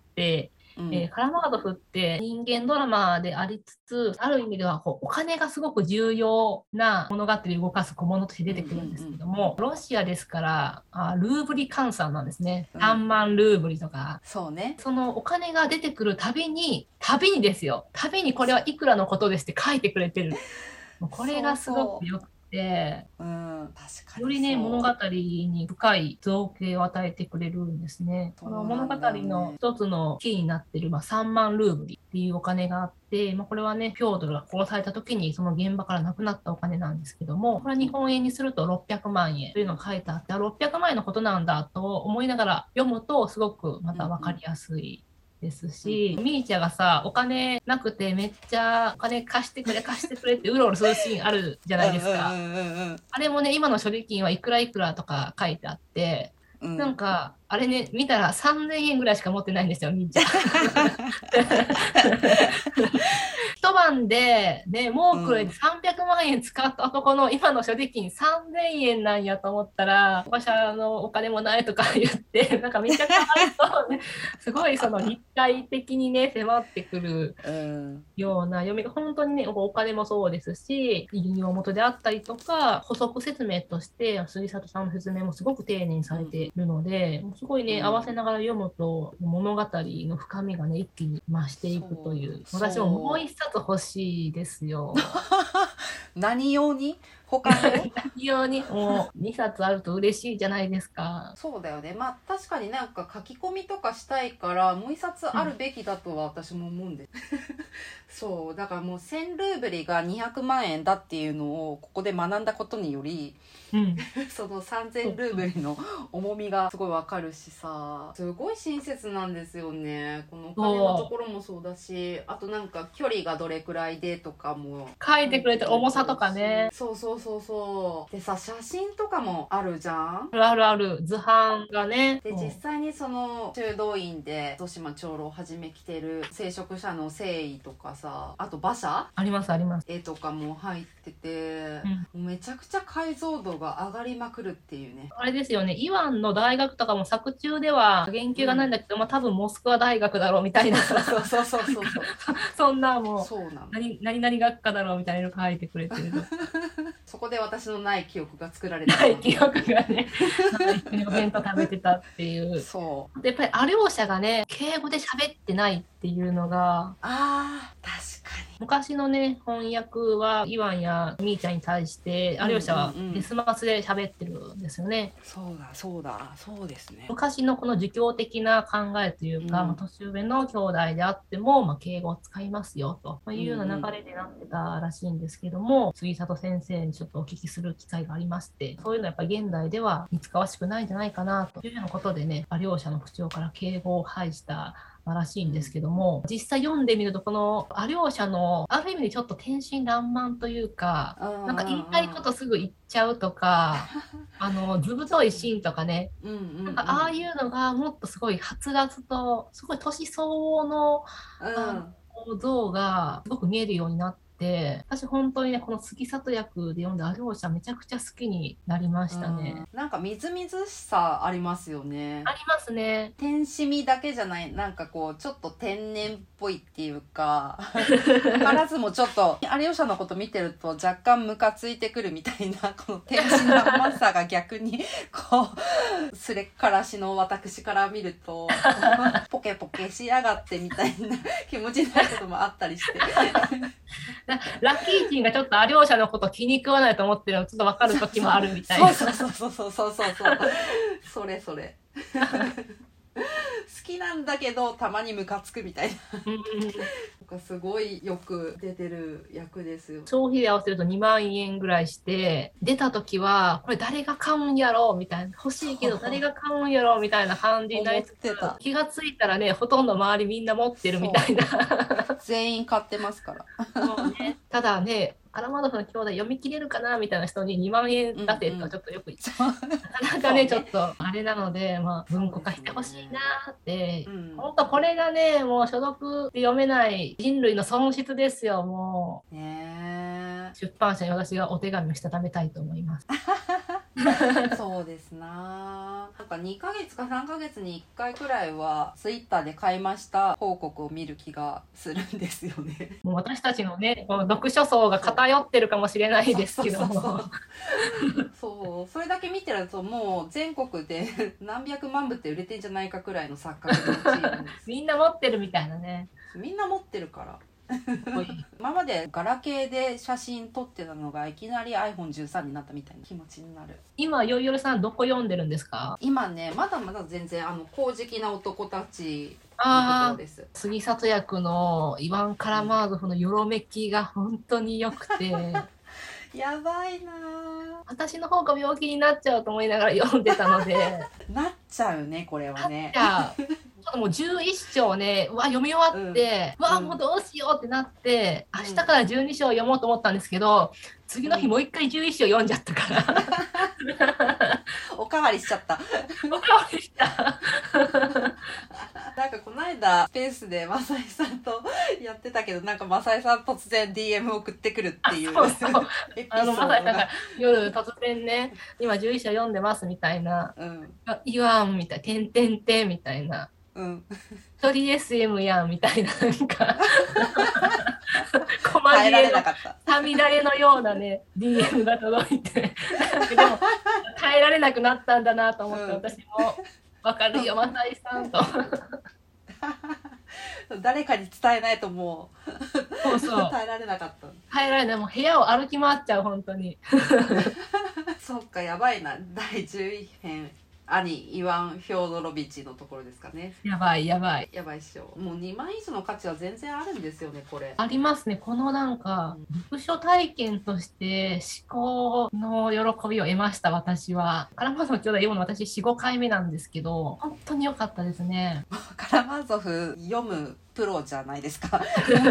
うん、えー、カラマーゾフって人間ドラマでありつつ、ある意味ではこうお金がすごく重要な物語を動かす小物として出てくるんですけども、うんうんうん、ロシアですからあルーブリ換算なんですね。さんまんルーブリとか、 うん、そうね。 そのお金が出てくるたびに、たびにですよ、たびにこれはいくらのことですって書いてくれてる。これがすごくよくて、 そうそう、うん、確かによりね、物語に深い造形を与えてくれるんですね。この物語の一つのキーになってる、まあ、さんまんルーブリっていうお金があって、まあ、これはね、ピョードルが殺された時にその現場からなくなったお金なんですけども、これは日本円にするとろっぴゃくまんえんというのが書いてあって、ろっぴゃくまんえんのことなんだと思いながら読むと、すごくまた分かりやすい。ですし、みーちゃんがさ、お金なくてめっちゃお金貸してくれ貸してくれってうろうろするシーンあるじゃないですか。あれもね、今の所持金はいくらいくらとか書いてあって、うん、なんかあれね見たらさんぜんえんぐらいしか持ってないんですよ、みーちゃん。一晩でね、もうくらいでさんびゃくまんえん使った男の今の所持金さんぜんえんなんやと思ったら、私はのお金もないとか言って、なんかめっちゃかわいそうね。すごいその立体的にね、迫ってくるような読みが、本当にね、お金もそうですし、引用元であったりとか、補足説明として、杉里さんの説明もすごく丁寧にされているので、すごいね、合わせながら読むと、物語の深みがね、一気に増していくという。私ももう一冊欲しいですよ。 何用に？他の何用にもうにさつあると嬉しいじゃないですか。 そうだよね。まあ確かになんか書き込みとかしたいからもう一冊あるべきだとは私も思うんです、うん、そうだからもうせんルーブリがにひゃくまんえんだっていうのをここで学んだことにより、うん、そのさんぜんルーブリの重みがすごいわかるしさ、すごい親切なんですよね。このお金のところもそうだし、あとなんか距離がどれくらいでとかも書いてくれて、重さとかね。 そうそうそうそうでさ、写真とかもあるじゃん。 あるあるある、図版がね。 で実際にその修道院で戸島長老をはじめ来てる聖職者の聖意とかさ、あと馬車ありますあります絵とかも入ってて、うん、もうめちゃくちゃ解像度が上がりまくるっていうね。 あれですよね、イワンの大学とかも作中では言及がないんだけど、うん、まあ多分モスクワ大学だろうみたいなそうそうそうそうそうそんなもうそうなの何何々学科だろうみたいなの書いてくれてるそこで私のない記憶が作られたない記憶がね一緒にお弁当食べてたっていうそうでやっぱりア両者がね敬語で喋ってないっていうのがあー確かに昔のね翻訳はイワンやミーちゃんに対してア両者はデスマスで喋ってるんですよね、 うんうんうん、そうだそうだそうですね。 昔のこの儒教的な考えというか、うん、年上の兄弟であっても、まあ、敬語を使いますよというような流れでなってたらしいんですけども、うんうん、杉里先生にちょっとお聞きする機会がありまして、そういうのはやっぱり現代では似つかわしくないんじゃないかなというようなことでね、両者の口調から敬語を排したらしいんですけども、実際読んでみるとこのア両者のある意味でちょっと天真爛漫というか、なんか言いたいことすぐ言っちゃうとかあの図太いシーンとかね、うんうんうん、なんかああいうのがもっとすごいはつらつとすごい年相応の、うん、像がすごく見えるようになって、私本当にねこの杉里役で読んだ両者めちゃくちゃ好きになりましたね、 うん、なんかみずみずしさありますよね。 ありますね。 天使味だけじゃない、なんかこうちょっと天然っぽいっていうか図らずもちょっと有吉のこと見てると若干ムカついてくるみたいな、この天使の甘さが逆にこうすれっからしの私から見るとポケポケしやがってみたいな気持ちになることもあったりしてラッキーチンがちょっとア両者のこと気に食わないと思ってるのちょっと分かる時もあるみたいな。 そうそうそうそうそうそうそうそれそれ好きなんだけどたまにムカつくみたいななんかすごいよく出てる役ですよ。 消費で合わせるとにまんえんぐらいして、出た時はこれ誰が買うんやろうみたいな、欲しいけど誰が買うんやろうみたいな感じになりつつ、 思ってた。 気がついたらね、ほとんど周りみんな持ってるみたいな。 全員買ってますから。 もうね、ただね、カラマーゾフの兄弟読み切れるかなみたいな人ににまんえん出せとはちょっとよく言って、うんうん、なかなかね、ちょっとあれなので、まあ、文庫化してほしいなって、うん、本当これがね、もう所読で読めない人類の損失ですよ、もう。ね、出版社に私がお手紙をしたためたいと思います。 そうですな。なんかにかげつかさんかげつにいっかいくらいはツイッターで買いました報告を見る気がするんですよね。 もう私たちのね、この読書層が偏ってるかもしれないですけども。 そう、それだけ見てるともう全国で何百万部って売れてんじゃないかくらいの錯覚のチームです。 みんな持ってるみたいなね。 みんな持ってるから。今までガラケーで写真撮ってたのがいきなり アイフォンじゅうさん になったみたいな気持ちになる。 今よいよるさんどこ読んでるんですか？ 今ね、まだまだ全然あの公式な男たちのところです。 杉里役のイワン・カラマーゾフのよろめきが本当に良くてやばいな。 私の方が病気になっちゃうと思いながら読んでたのでなっちゃうね、これはね。 なっちゃう。ちょっともうじゅういっしょうね、うわ読み終わって、うん、うわもうどうしようってなって、うん、明日からじゅうにしょう読もうと思ったんですけど、次の日もう一回じゅういっしょう読んじゃったからおかわりしちゃった。 おかわりしたなんかこの間スペースでマサイさんとやってたけど、なんかマサイさん突然 ディーエム 送ってくるっていうそうそうあのマサイさんが夜突然ね、今じゅういっしょう読んでますみたいな、うん、言わんみたいな、てんてんてんみたいな、うん、一人 エスエム やんみたいな、なんか細切れのさみだれのようなね ディーエム が届いてでも耐えられなくなったんだなと思って、うん、私も分かるよマサイさんと誰かに伝えないともうそうそう耐えられなかった。 耐えられない、もう部屋を歩き回っちゃう本当にそっか、やばいな。だいじゅういっへん兄イワン・フョードロビチのところですかね。 やばいやばいやばいっしょ。もうにまん以上の価値は全然あるんですよね、これ。 ありますね。このなんか、うん、読書体験として思考の喜びを得ました、私は。カラマーゾフ兄弟読むの私よん、ごかいめなんですけど、本当に良かったですね。 カラマーゾフ読むプロじゃないですか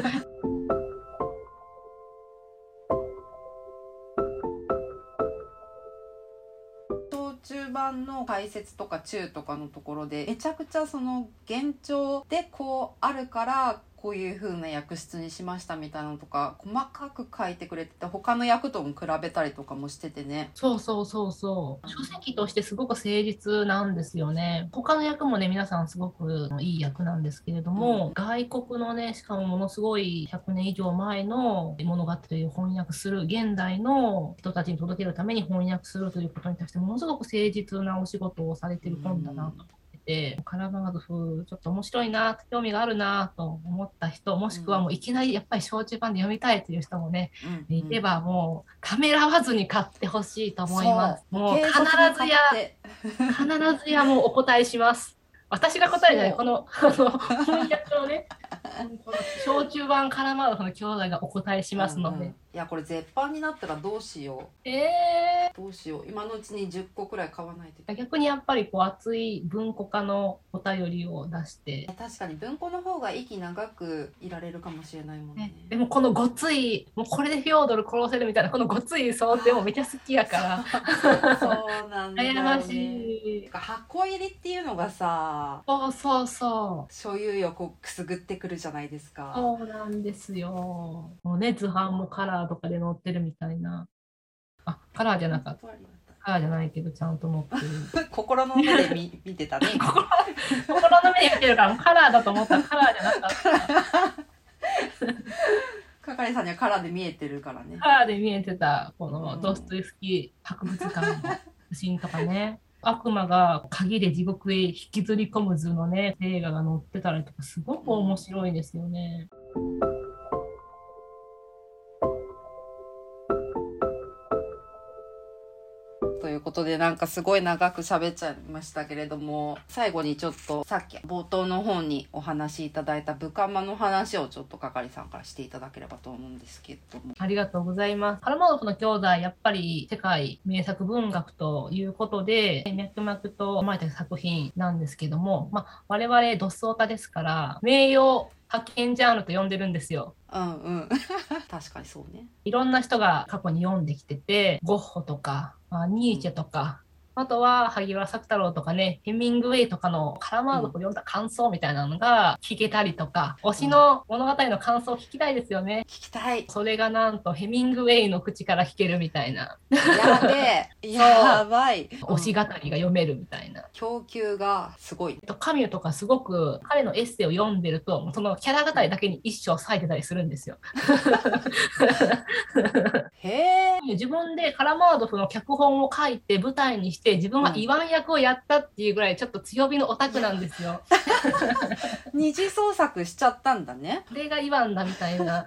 中盤の解説とか中とかのところでめちゃくちゃその現状でこうあるからこういう風な訳質にしましたみたいなのとか細かく書いてくれてて、他の訳とも比べたりとかもしててね。 そうそうそうそう、書籍としてすごく誠実なんですよね。他の訳もね皆さんすごくいい訳なんですけれども、うん、外国のねしかもものすごいひゃくねん以上前の物語を翻訳する、現代の人たちに届けるために翻訳するということに対してものすごく誠実なお仕事をされてる本だなと、うんでカラマーゾフちょっと面白いな、興味があるなと思った人、もしくはもういきなりやっぱり小中版で読みたいという人もね、うん、いればもうためらわずに買ってほしいと思います。もう必ずや必ずやもうお答えします。私が答えじゃない、このあの翻訳をね小中版カラマーゾフの兄弟がお答えしますので、うんうん、いやこれ絶版になったらどうしよう、 えー、どうしよう、今のうちにじゅっこくらい買わないといけない。 逆にやっぱりこう熱い文庫化のお便りを出して、 確かに文庫の方が息長くいられるかもしれないもんね。 でもこのごつい、もうこれでフィオードル殺せるみたいなこのごつい想定もめちゃ好きやからそうなんだよね。 悩ましい。 箱入りっていうのがさ、 そうそうそう、 所有欲をくすぐってくるじゃないですか。 そうなんですよ。もうね、図版もカラーとかで載ってるみたいな。あ、カラーじゃなかった。カラーじゃないけどちゃんと載ってる。 心の目で 見, 見てたね。 心, 心の目で見てるからカラーだと思ったらカラーじゃなかった。 係さんにはカラーで見えてるからね。 カラーで見えてたこのドストエフスキー博物館の写真とかね。悪魔が鍵で地獄へ引きずり込む図のね映画が載ってたりとかすごく面白いですよね。 というこことでなんかすごい長く喋っちゃいましたけれども、最後にちょっとさっき冒頭の方にお話しいただいたブカマの話をちょっと係さんからしていただければと思うんですけども。 ありがとうございます。カラマーゾフの兄弟、やっぱり世界名作文学ということで、脈々と生まれた作品なんですけども、まあ、我々ドスオタですから、名誉発見ジャンルと呼んでるんですよ。 うんうん。確かにそうね。 いろんな人が過去に読んできてて、ゴッホとか、まあ、ニーチェとか、あとは萩原作太郎とかね、ヘミングウェイとかのカラマーゾフを読んだ感想みたいなのが聞けたりとか、推しの物語の感想を聞きたいですよね。 聞きたい。 それがなんとヘミングウェイの口から聞けるみたいな。 やべえ。やばい。 推し語りが読めるみたいな。 供給がすごい。 カミュとかすごく彼のエッセイを読んでると、そのキャラ語りだけに一生割いてたりするんですよ。 へえ。 自分でカラマーゾフの脚本を書いて舞台にして自分はイワン役をやったっていうぐらいちょっと強火のオタクなんですよ。 二次創作しちゃったんだね。 これがイワンだみたいな。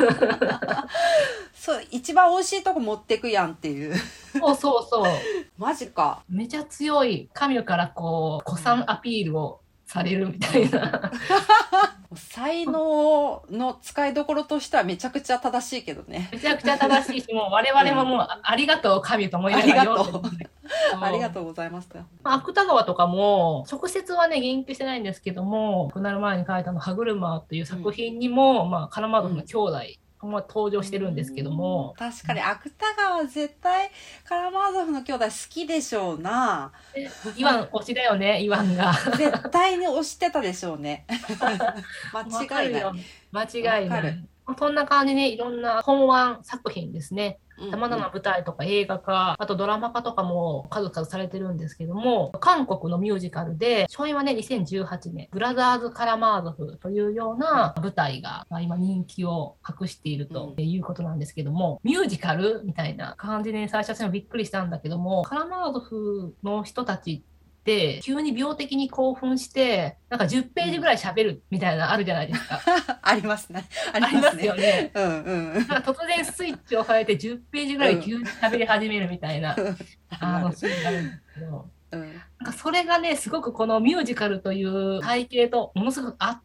そう、一番美味しいとこ持ってくやんっていう。 そうそうそう。 マジか。 めちゃ強いカミュからこう、古参アピールをされるみたいな。 才能の使いどころとしてはめちゃくちゃ正しいけどね。 めちゃくちゃ正しいし、もう我々ももう、ありがとう神と思いながら読んでるんで。 ありがとうございます。 芥川とかも、直接はね、言及してないんですけども、亡くなる前に書いたの、歯車という作品にも、うん、まあ、カラマーゾフの兄弟、まあ、登場してるんですけども。 確かに、芥川絶対、カラマーゾフの兄弟好きでしょうな。 イワン推しだよね、イワンが。 絶対に推してたでしょうね。間違いない。 間違いない。そんな感じで、いろんな本案作品ですね。さまざまな舞台とか映画化、あとドラマ化とかも数々されてるんですけども、韓国のミュージカルで、初演はね、にせんじゅうはちねん、ブラザーズ・カラマーゾフというような舞台が今人気を博しているということなんですけども、ミュージカルみたいな感じで、ね、最初はびっくりしたんだけども、カラマーゾフの人たちで急に病的に興奮してなんかじゅっページぐらい喋るみたいなのあるじゃないですか。 ありますね。 ありますね。よね。 うんうん。 なんか突然スイッチを変えてじゅっページぐらい急に喋り始めるみたいな、うん、あのシーンがあるんですけど、うん、なんかそれがねすごくこのミュージカルという体系とものすごくあって、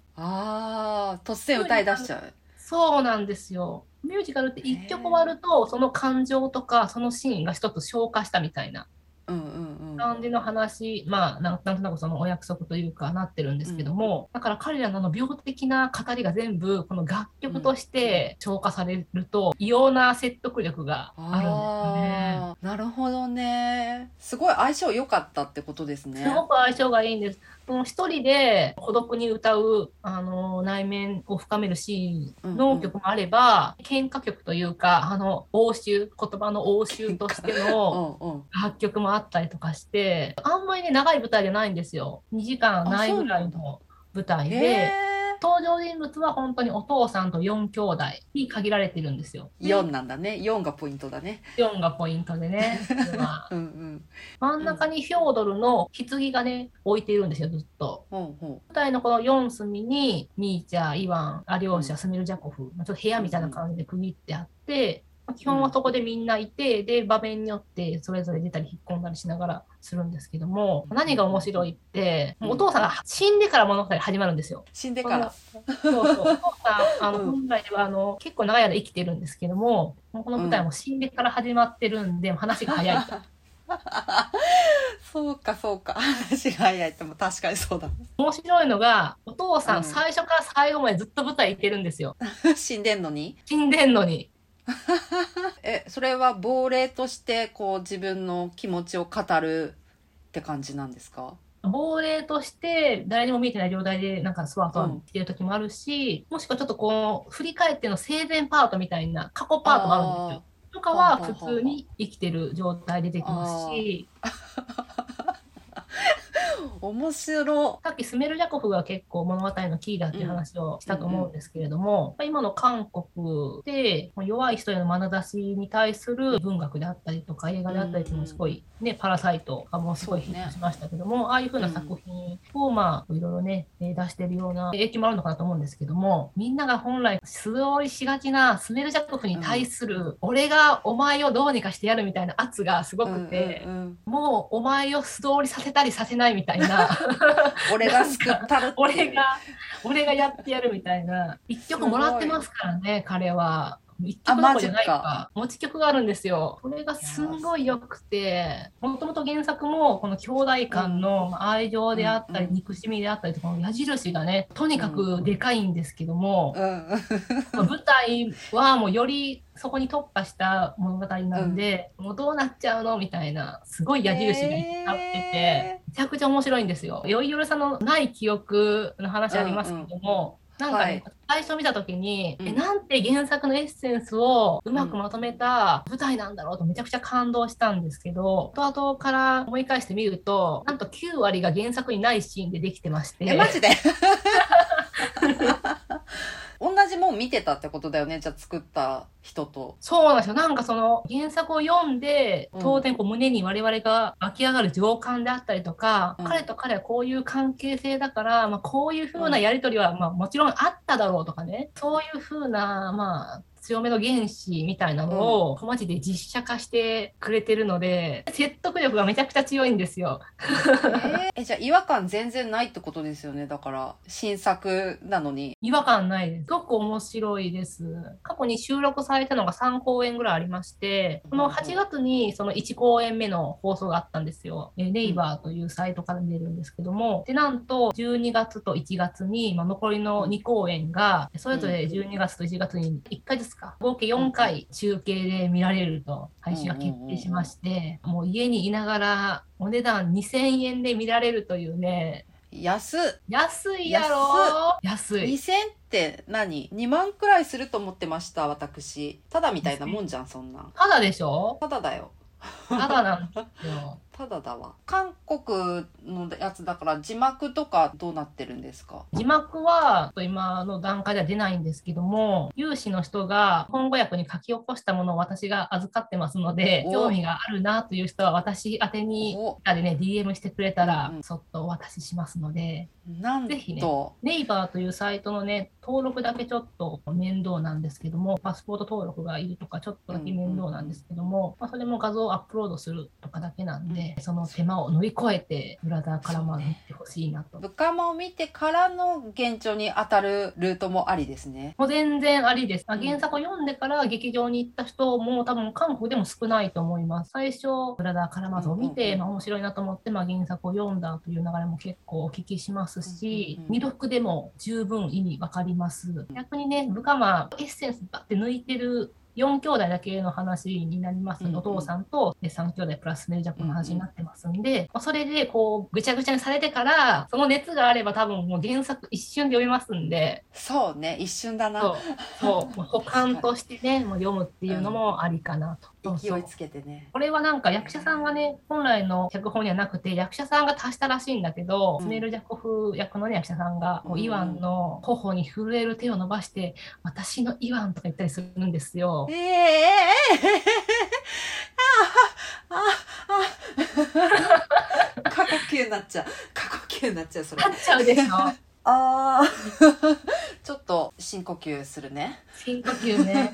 ああ突然歌い出しちゃう。 そうなんですよ。ミュージカルって一曲終わるとその感情とかそのシーンが一つ消化したみたいな。うんうんうん、感じの話、まあなんとなくそのお約束というかなってるんですけども、うん、だから彼らのあの病的な語りが全部この楽曲として消化されると、異様な説得力があるんですよね。 なるほどね。すごい相性良かったってことですね。 すごく相性がいいんです。その一人で孤独に歌うあの内面を深めるシーンの曲もあれば、うんうん、喧嘩曲というかあの応酬、言葉の応酬としての楽曲もあったりとかして、あんまりね長い舞台じゃないんですよ。にじかんないぐらいの舞台で、登場人物は本当にお父さんとよん兄弟に限られてるんですよ。 よんなんだね。よんがポイントだね。 よんがポイントでね。うん、うん、真ん中にフョードルの棺がね置いているんですよ、ずっと。うんうん、舞台のこのよん隅にミーチャー、イワン、アリョーシャ、スミルジャコフ、ちょっと部屋みたいな感じで区切ってあって、基本はそこでみんないて、で場面によってそれぞれ出たり引っ込んだりしながらするんですけども、何が面白いって、もうお父さんが死んでから物語始まるんですよ。 死んでから。 そうそう。お父さんあの、うん、本来はあの結構長い間生きてるんですけども、この舞台も死んでから始まってるんで、うん、話が早いと。 そうかそうか、話が早いっても確かにそうだ。 面白いのがお父さん、うん、最初から最後までずっと舞台行ってるんですよ。 死んでんのに死んでんのにえ、それは亡霊としてこう自分の気持ちを語るって感じなんですか？ 亡霊として誰にも見えてない状態でなんかスワースワーしてる時もあるし、うん、もしくはちょっとこう振り返っての生前パートみたいな過去パートもあるんですよ。とかは普通に生きてる状態でできますし面白。 さっきスメルジャコフが結構物語のキーだっていう話をしたと思うんですけれども、うん、今の韓国で弱い人への眼差しに対する文学であったりとか映画であったりっていうのもすごいね、うん、パラサイトがもうすごいヒットしましたけども、ね、ああいう風な作品をまあいろいろね出してるような影響もあるのかなと思うんですけども、みんなが本来素通りしがちなスメルジャコフに対する、うん、俺がお前をどうにかしてやるみたいな圧がすごくて、うんうんうん、もうお前を素通りさせたりさせないみたいな俺が救ったるって俺が俺がやってやるみたいな。一曲もらってますからね、彼は。一曲どころじゃないか。持ち曲があるんですよ。これがすんごい良くて、もともと原作もこの兄弟間の愛情であったり、うん、憎しみであったりとかの矢印がね、とにかくでかいんですけども、うん、舞台はもうよりそこに特化した物語なんで、うん、もうどうなっちゃうのみたいな、すごい矢印がいっぱいあってて、めちゃくちゃ面白いんですよ。酔い許さのない記憶の話ありますけども、うんうん、なんかね、はい、最初見た時に、うん、えなんて原作のエッセンスをうまくまとめた舞台なんだろうとめちゃくちゃ感動したんですけど、後々から思い返してみると、なんときゅうわりが原作にないシーンでできてまして。 え、マジで同じもん見てたってことだよね、じゃあ作った人と。 そうなんですよ。なんかその原作を読んで、当然こう胸に我々が湧き上がる情感であったりとか、うん、彼と彼はこういう関係性だから、まあ、こういう風なやりとりはまあもちろんあっただろうとかね、そういう風な、まあ、強めの原子みたいなのを、うん、マジで実写化してくれてるので、説得力がめちゃくちゃ強いんですよ。 えー、えじゃあ違和感全然ないってことですよね。だから新作なのに違和感ないです。すごく面白いです。過去に収録されたのがさんこうえんぐらいありまして、このはちがつにそのいちこうえんめの放送があったんですよ。ネイバーというサイトから出るんですけども、でなんとじゅうにがつといちがつに、まあ、残りのにこうえんがそれぞれじゅうにがつといちがつにいっかいずつか合計よんかい中継で見られると配信が決定しまして、もう家にいながらお値段にせんえんで見られるというね。 安安いやろ。安い。 にせんって何 ?に 万くらいすると思ってました、私。ただみたいなもんじゃん、そんなん。 ただでしょ。 ただだよ。 ただなんですよ。 ただだわ。韓国のやつだから字幕とかどうなってるんですか？ 字幕は今の段階では出ないんですけども、有志の人が本語訳に書き起こしたものを私が預かってますので、興味があるなという人は私宛てにでね ディーエム してくれたらそっとお渡ししますので、 なんとぜひね、ネイバーというサイトのね、登録だけちょっと面倒なんですけども、パスポート登録がいるとかちょっとだけ面倒なんですけども、まあ、それも画像をアップロードするとかだけなんで、その手間を乗り越えてブラザーからも見てほしいなと。 ブカマを見てからの現状に当たるルートもありですね。 もう全然ありです。原作を読んでから劇場に行った人も多分韓国でも少ないと思います。最初ブラザーカラマーズを見て、まあ、面白いなと思って、まあ、原作を読んだという流れも結構お聞きしますし、うんうんうん、未読でも十分意味わかります。逆にね、ブカマエッセンスバッて抜いてるよん兄弟だけの話になります、うんうん、お父さんとさん兄弟プラスメルジャックの話になってますんで、うんうん、それでこうぐちゃぐちゃにされてからその熱があれば多分もう原作一瞬で読みますんで。 そうね、一瞬だな。 そうそう保管としてねもう読むっていうのもありかなと、 うん、勢いつけてね。 これはなんか役者さんがね本来の脚本にはなくて役者さんが足したらしいんだけど、うん、スメルジャコフ役の、ね、役者さんが、うん、イワンの頬に震える手を伸ばして私のイワンとか言ったりするんですよ。 ええーああ過呼吸になっちゃう過呼吸になっちゃうそれなっちゃうでしょあちょっと深呼吸するね。 深呼吸ね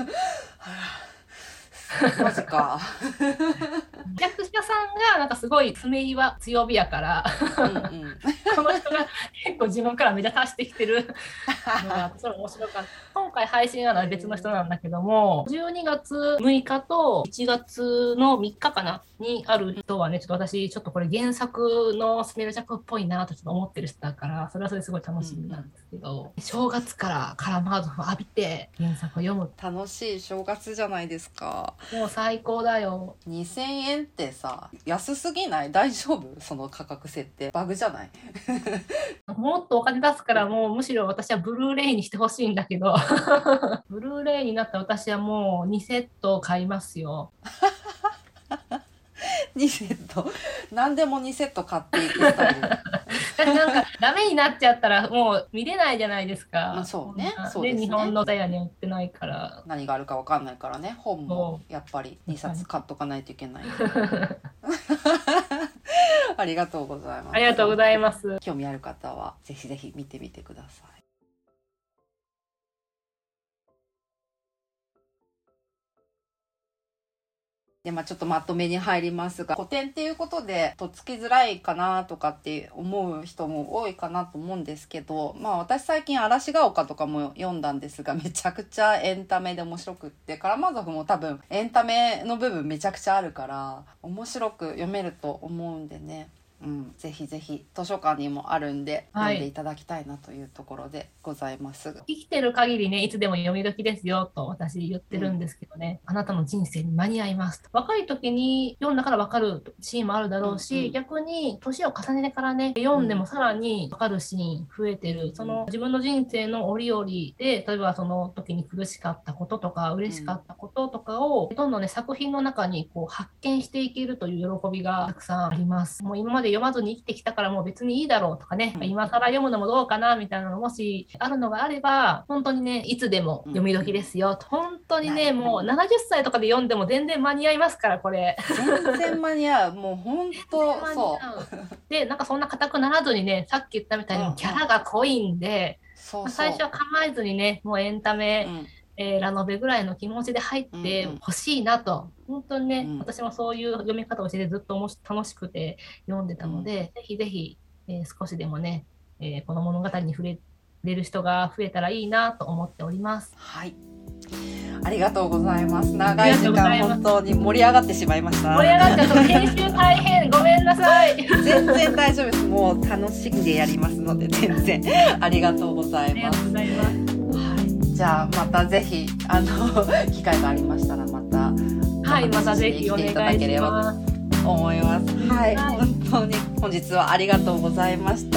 マジか役者さんがなんかすごい爪入は強火やからうん、うん、この人が結構自分からめちゃ足してきてるのがそれ面白かった。今回配信はのは別の人なんだけども、じゅうにがつむいかといちがつのみっかかなにある人はね、ちょっと私ちょっとこれ原作のスメルジャックっぽいなとちょっと思ってる人だから、それはそれすごい楽しみなんですけど、うん、正月からカラマードを浴びて原作を読む。 楽しい正月じゃないですか。 もう最高だよ。 にせんえんってさ安すぎない？大丈夫？その価格設定バグじゃないもっとお金出すからもうむしろ私はブルーレイにしてほしいんだけどブルーレイになった私はもうにセット買いますよにセット何でもにセット買っていくスタイルなんかダメになっちゃったらもう見れないじゃないですか。 まあそうね、そうでですね。 日本のダイヤに売ってないから何があるか分かんないからね、本もやっぱりにさつ買っとかないといけないありがとうございます。 ありがとうございます。 興味ある方はぜひぜひ見てみてください。でまあ、ちょっとまとめに入りますが、古典っていうことでとっつきづらいかなとかって思う人も多いかなと思うんですけど、まあ私最近嵐が丘とかも読んだんですが、めちゃくちゃエンタメで面白くって、カラマーゾフも多分エンタメの部分めちゃくちゃあるから面白く読めると思うんでね、うん、ぜひぜひ図書館にもあるんで、はい、読んでいただきたいなというところでございます。 生きてる限りね、いつでも読み時ですよと私言ってるんですけどね、うん、あなたの人生に間に合いますと。若い時に読んだから分かるシーンもあるだろうし、うんうん、逆に年を重ねてからね読んでもさらに分かるシーン増えてる、うん、その自分の人生の折々で、例えばその時に苦しかったこととか嬉しかったこととかをどんどんね作品の中にこう発見していけるという喜びがたくさんあります。もう今まで読まずに生きてきたからもう別にいいだろうとかね、うん、今更読むのもどうかなみたいなのもしあるのがあれば、本当にねいつでも読み時ですよ、うん、本当にね、もうななじゅっさいとかで読んでも全然間に合いますから、これ全然間に合うもう本当そうで、なんかそんな硬くならずにね、さっき言ったみたいにキャラが濃いんで、うんうん、最初は構えずにね、もうエンタメ、うんえー、ラノベぐらいの気持ちで入ってほしいなと、うんうん、本当にね、うん、私もそういう読み方をしてずっと楽しくて読んでたので、うん、ぜひぜひ、えー、少しでもね、えー、この物語に触れれる人が増えたらいいなと思っております。 はい、ありがとうございます。長い時間本当に盛り上がってしまいました。 盛り上がって編集大変ごめんなさい。 全然大丈夫です。もう楽しんでやりますので全然ありがとうございます。 ありがとうございます。 はい、じゃあまたぜひあの機会がありましたらまたはいまたぜひお願いします。 思います。はい、はい、本当に本日はありがとうございました。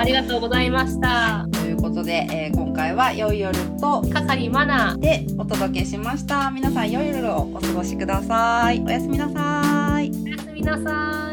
ありがとうございました。 ということで、えー、今回は良い夜と係マナーでお届けしました。皆さん良い夜をお過ごしください。おやすみなさい。 おやすみなさい。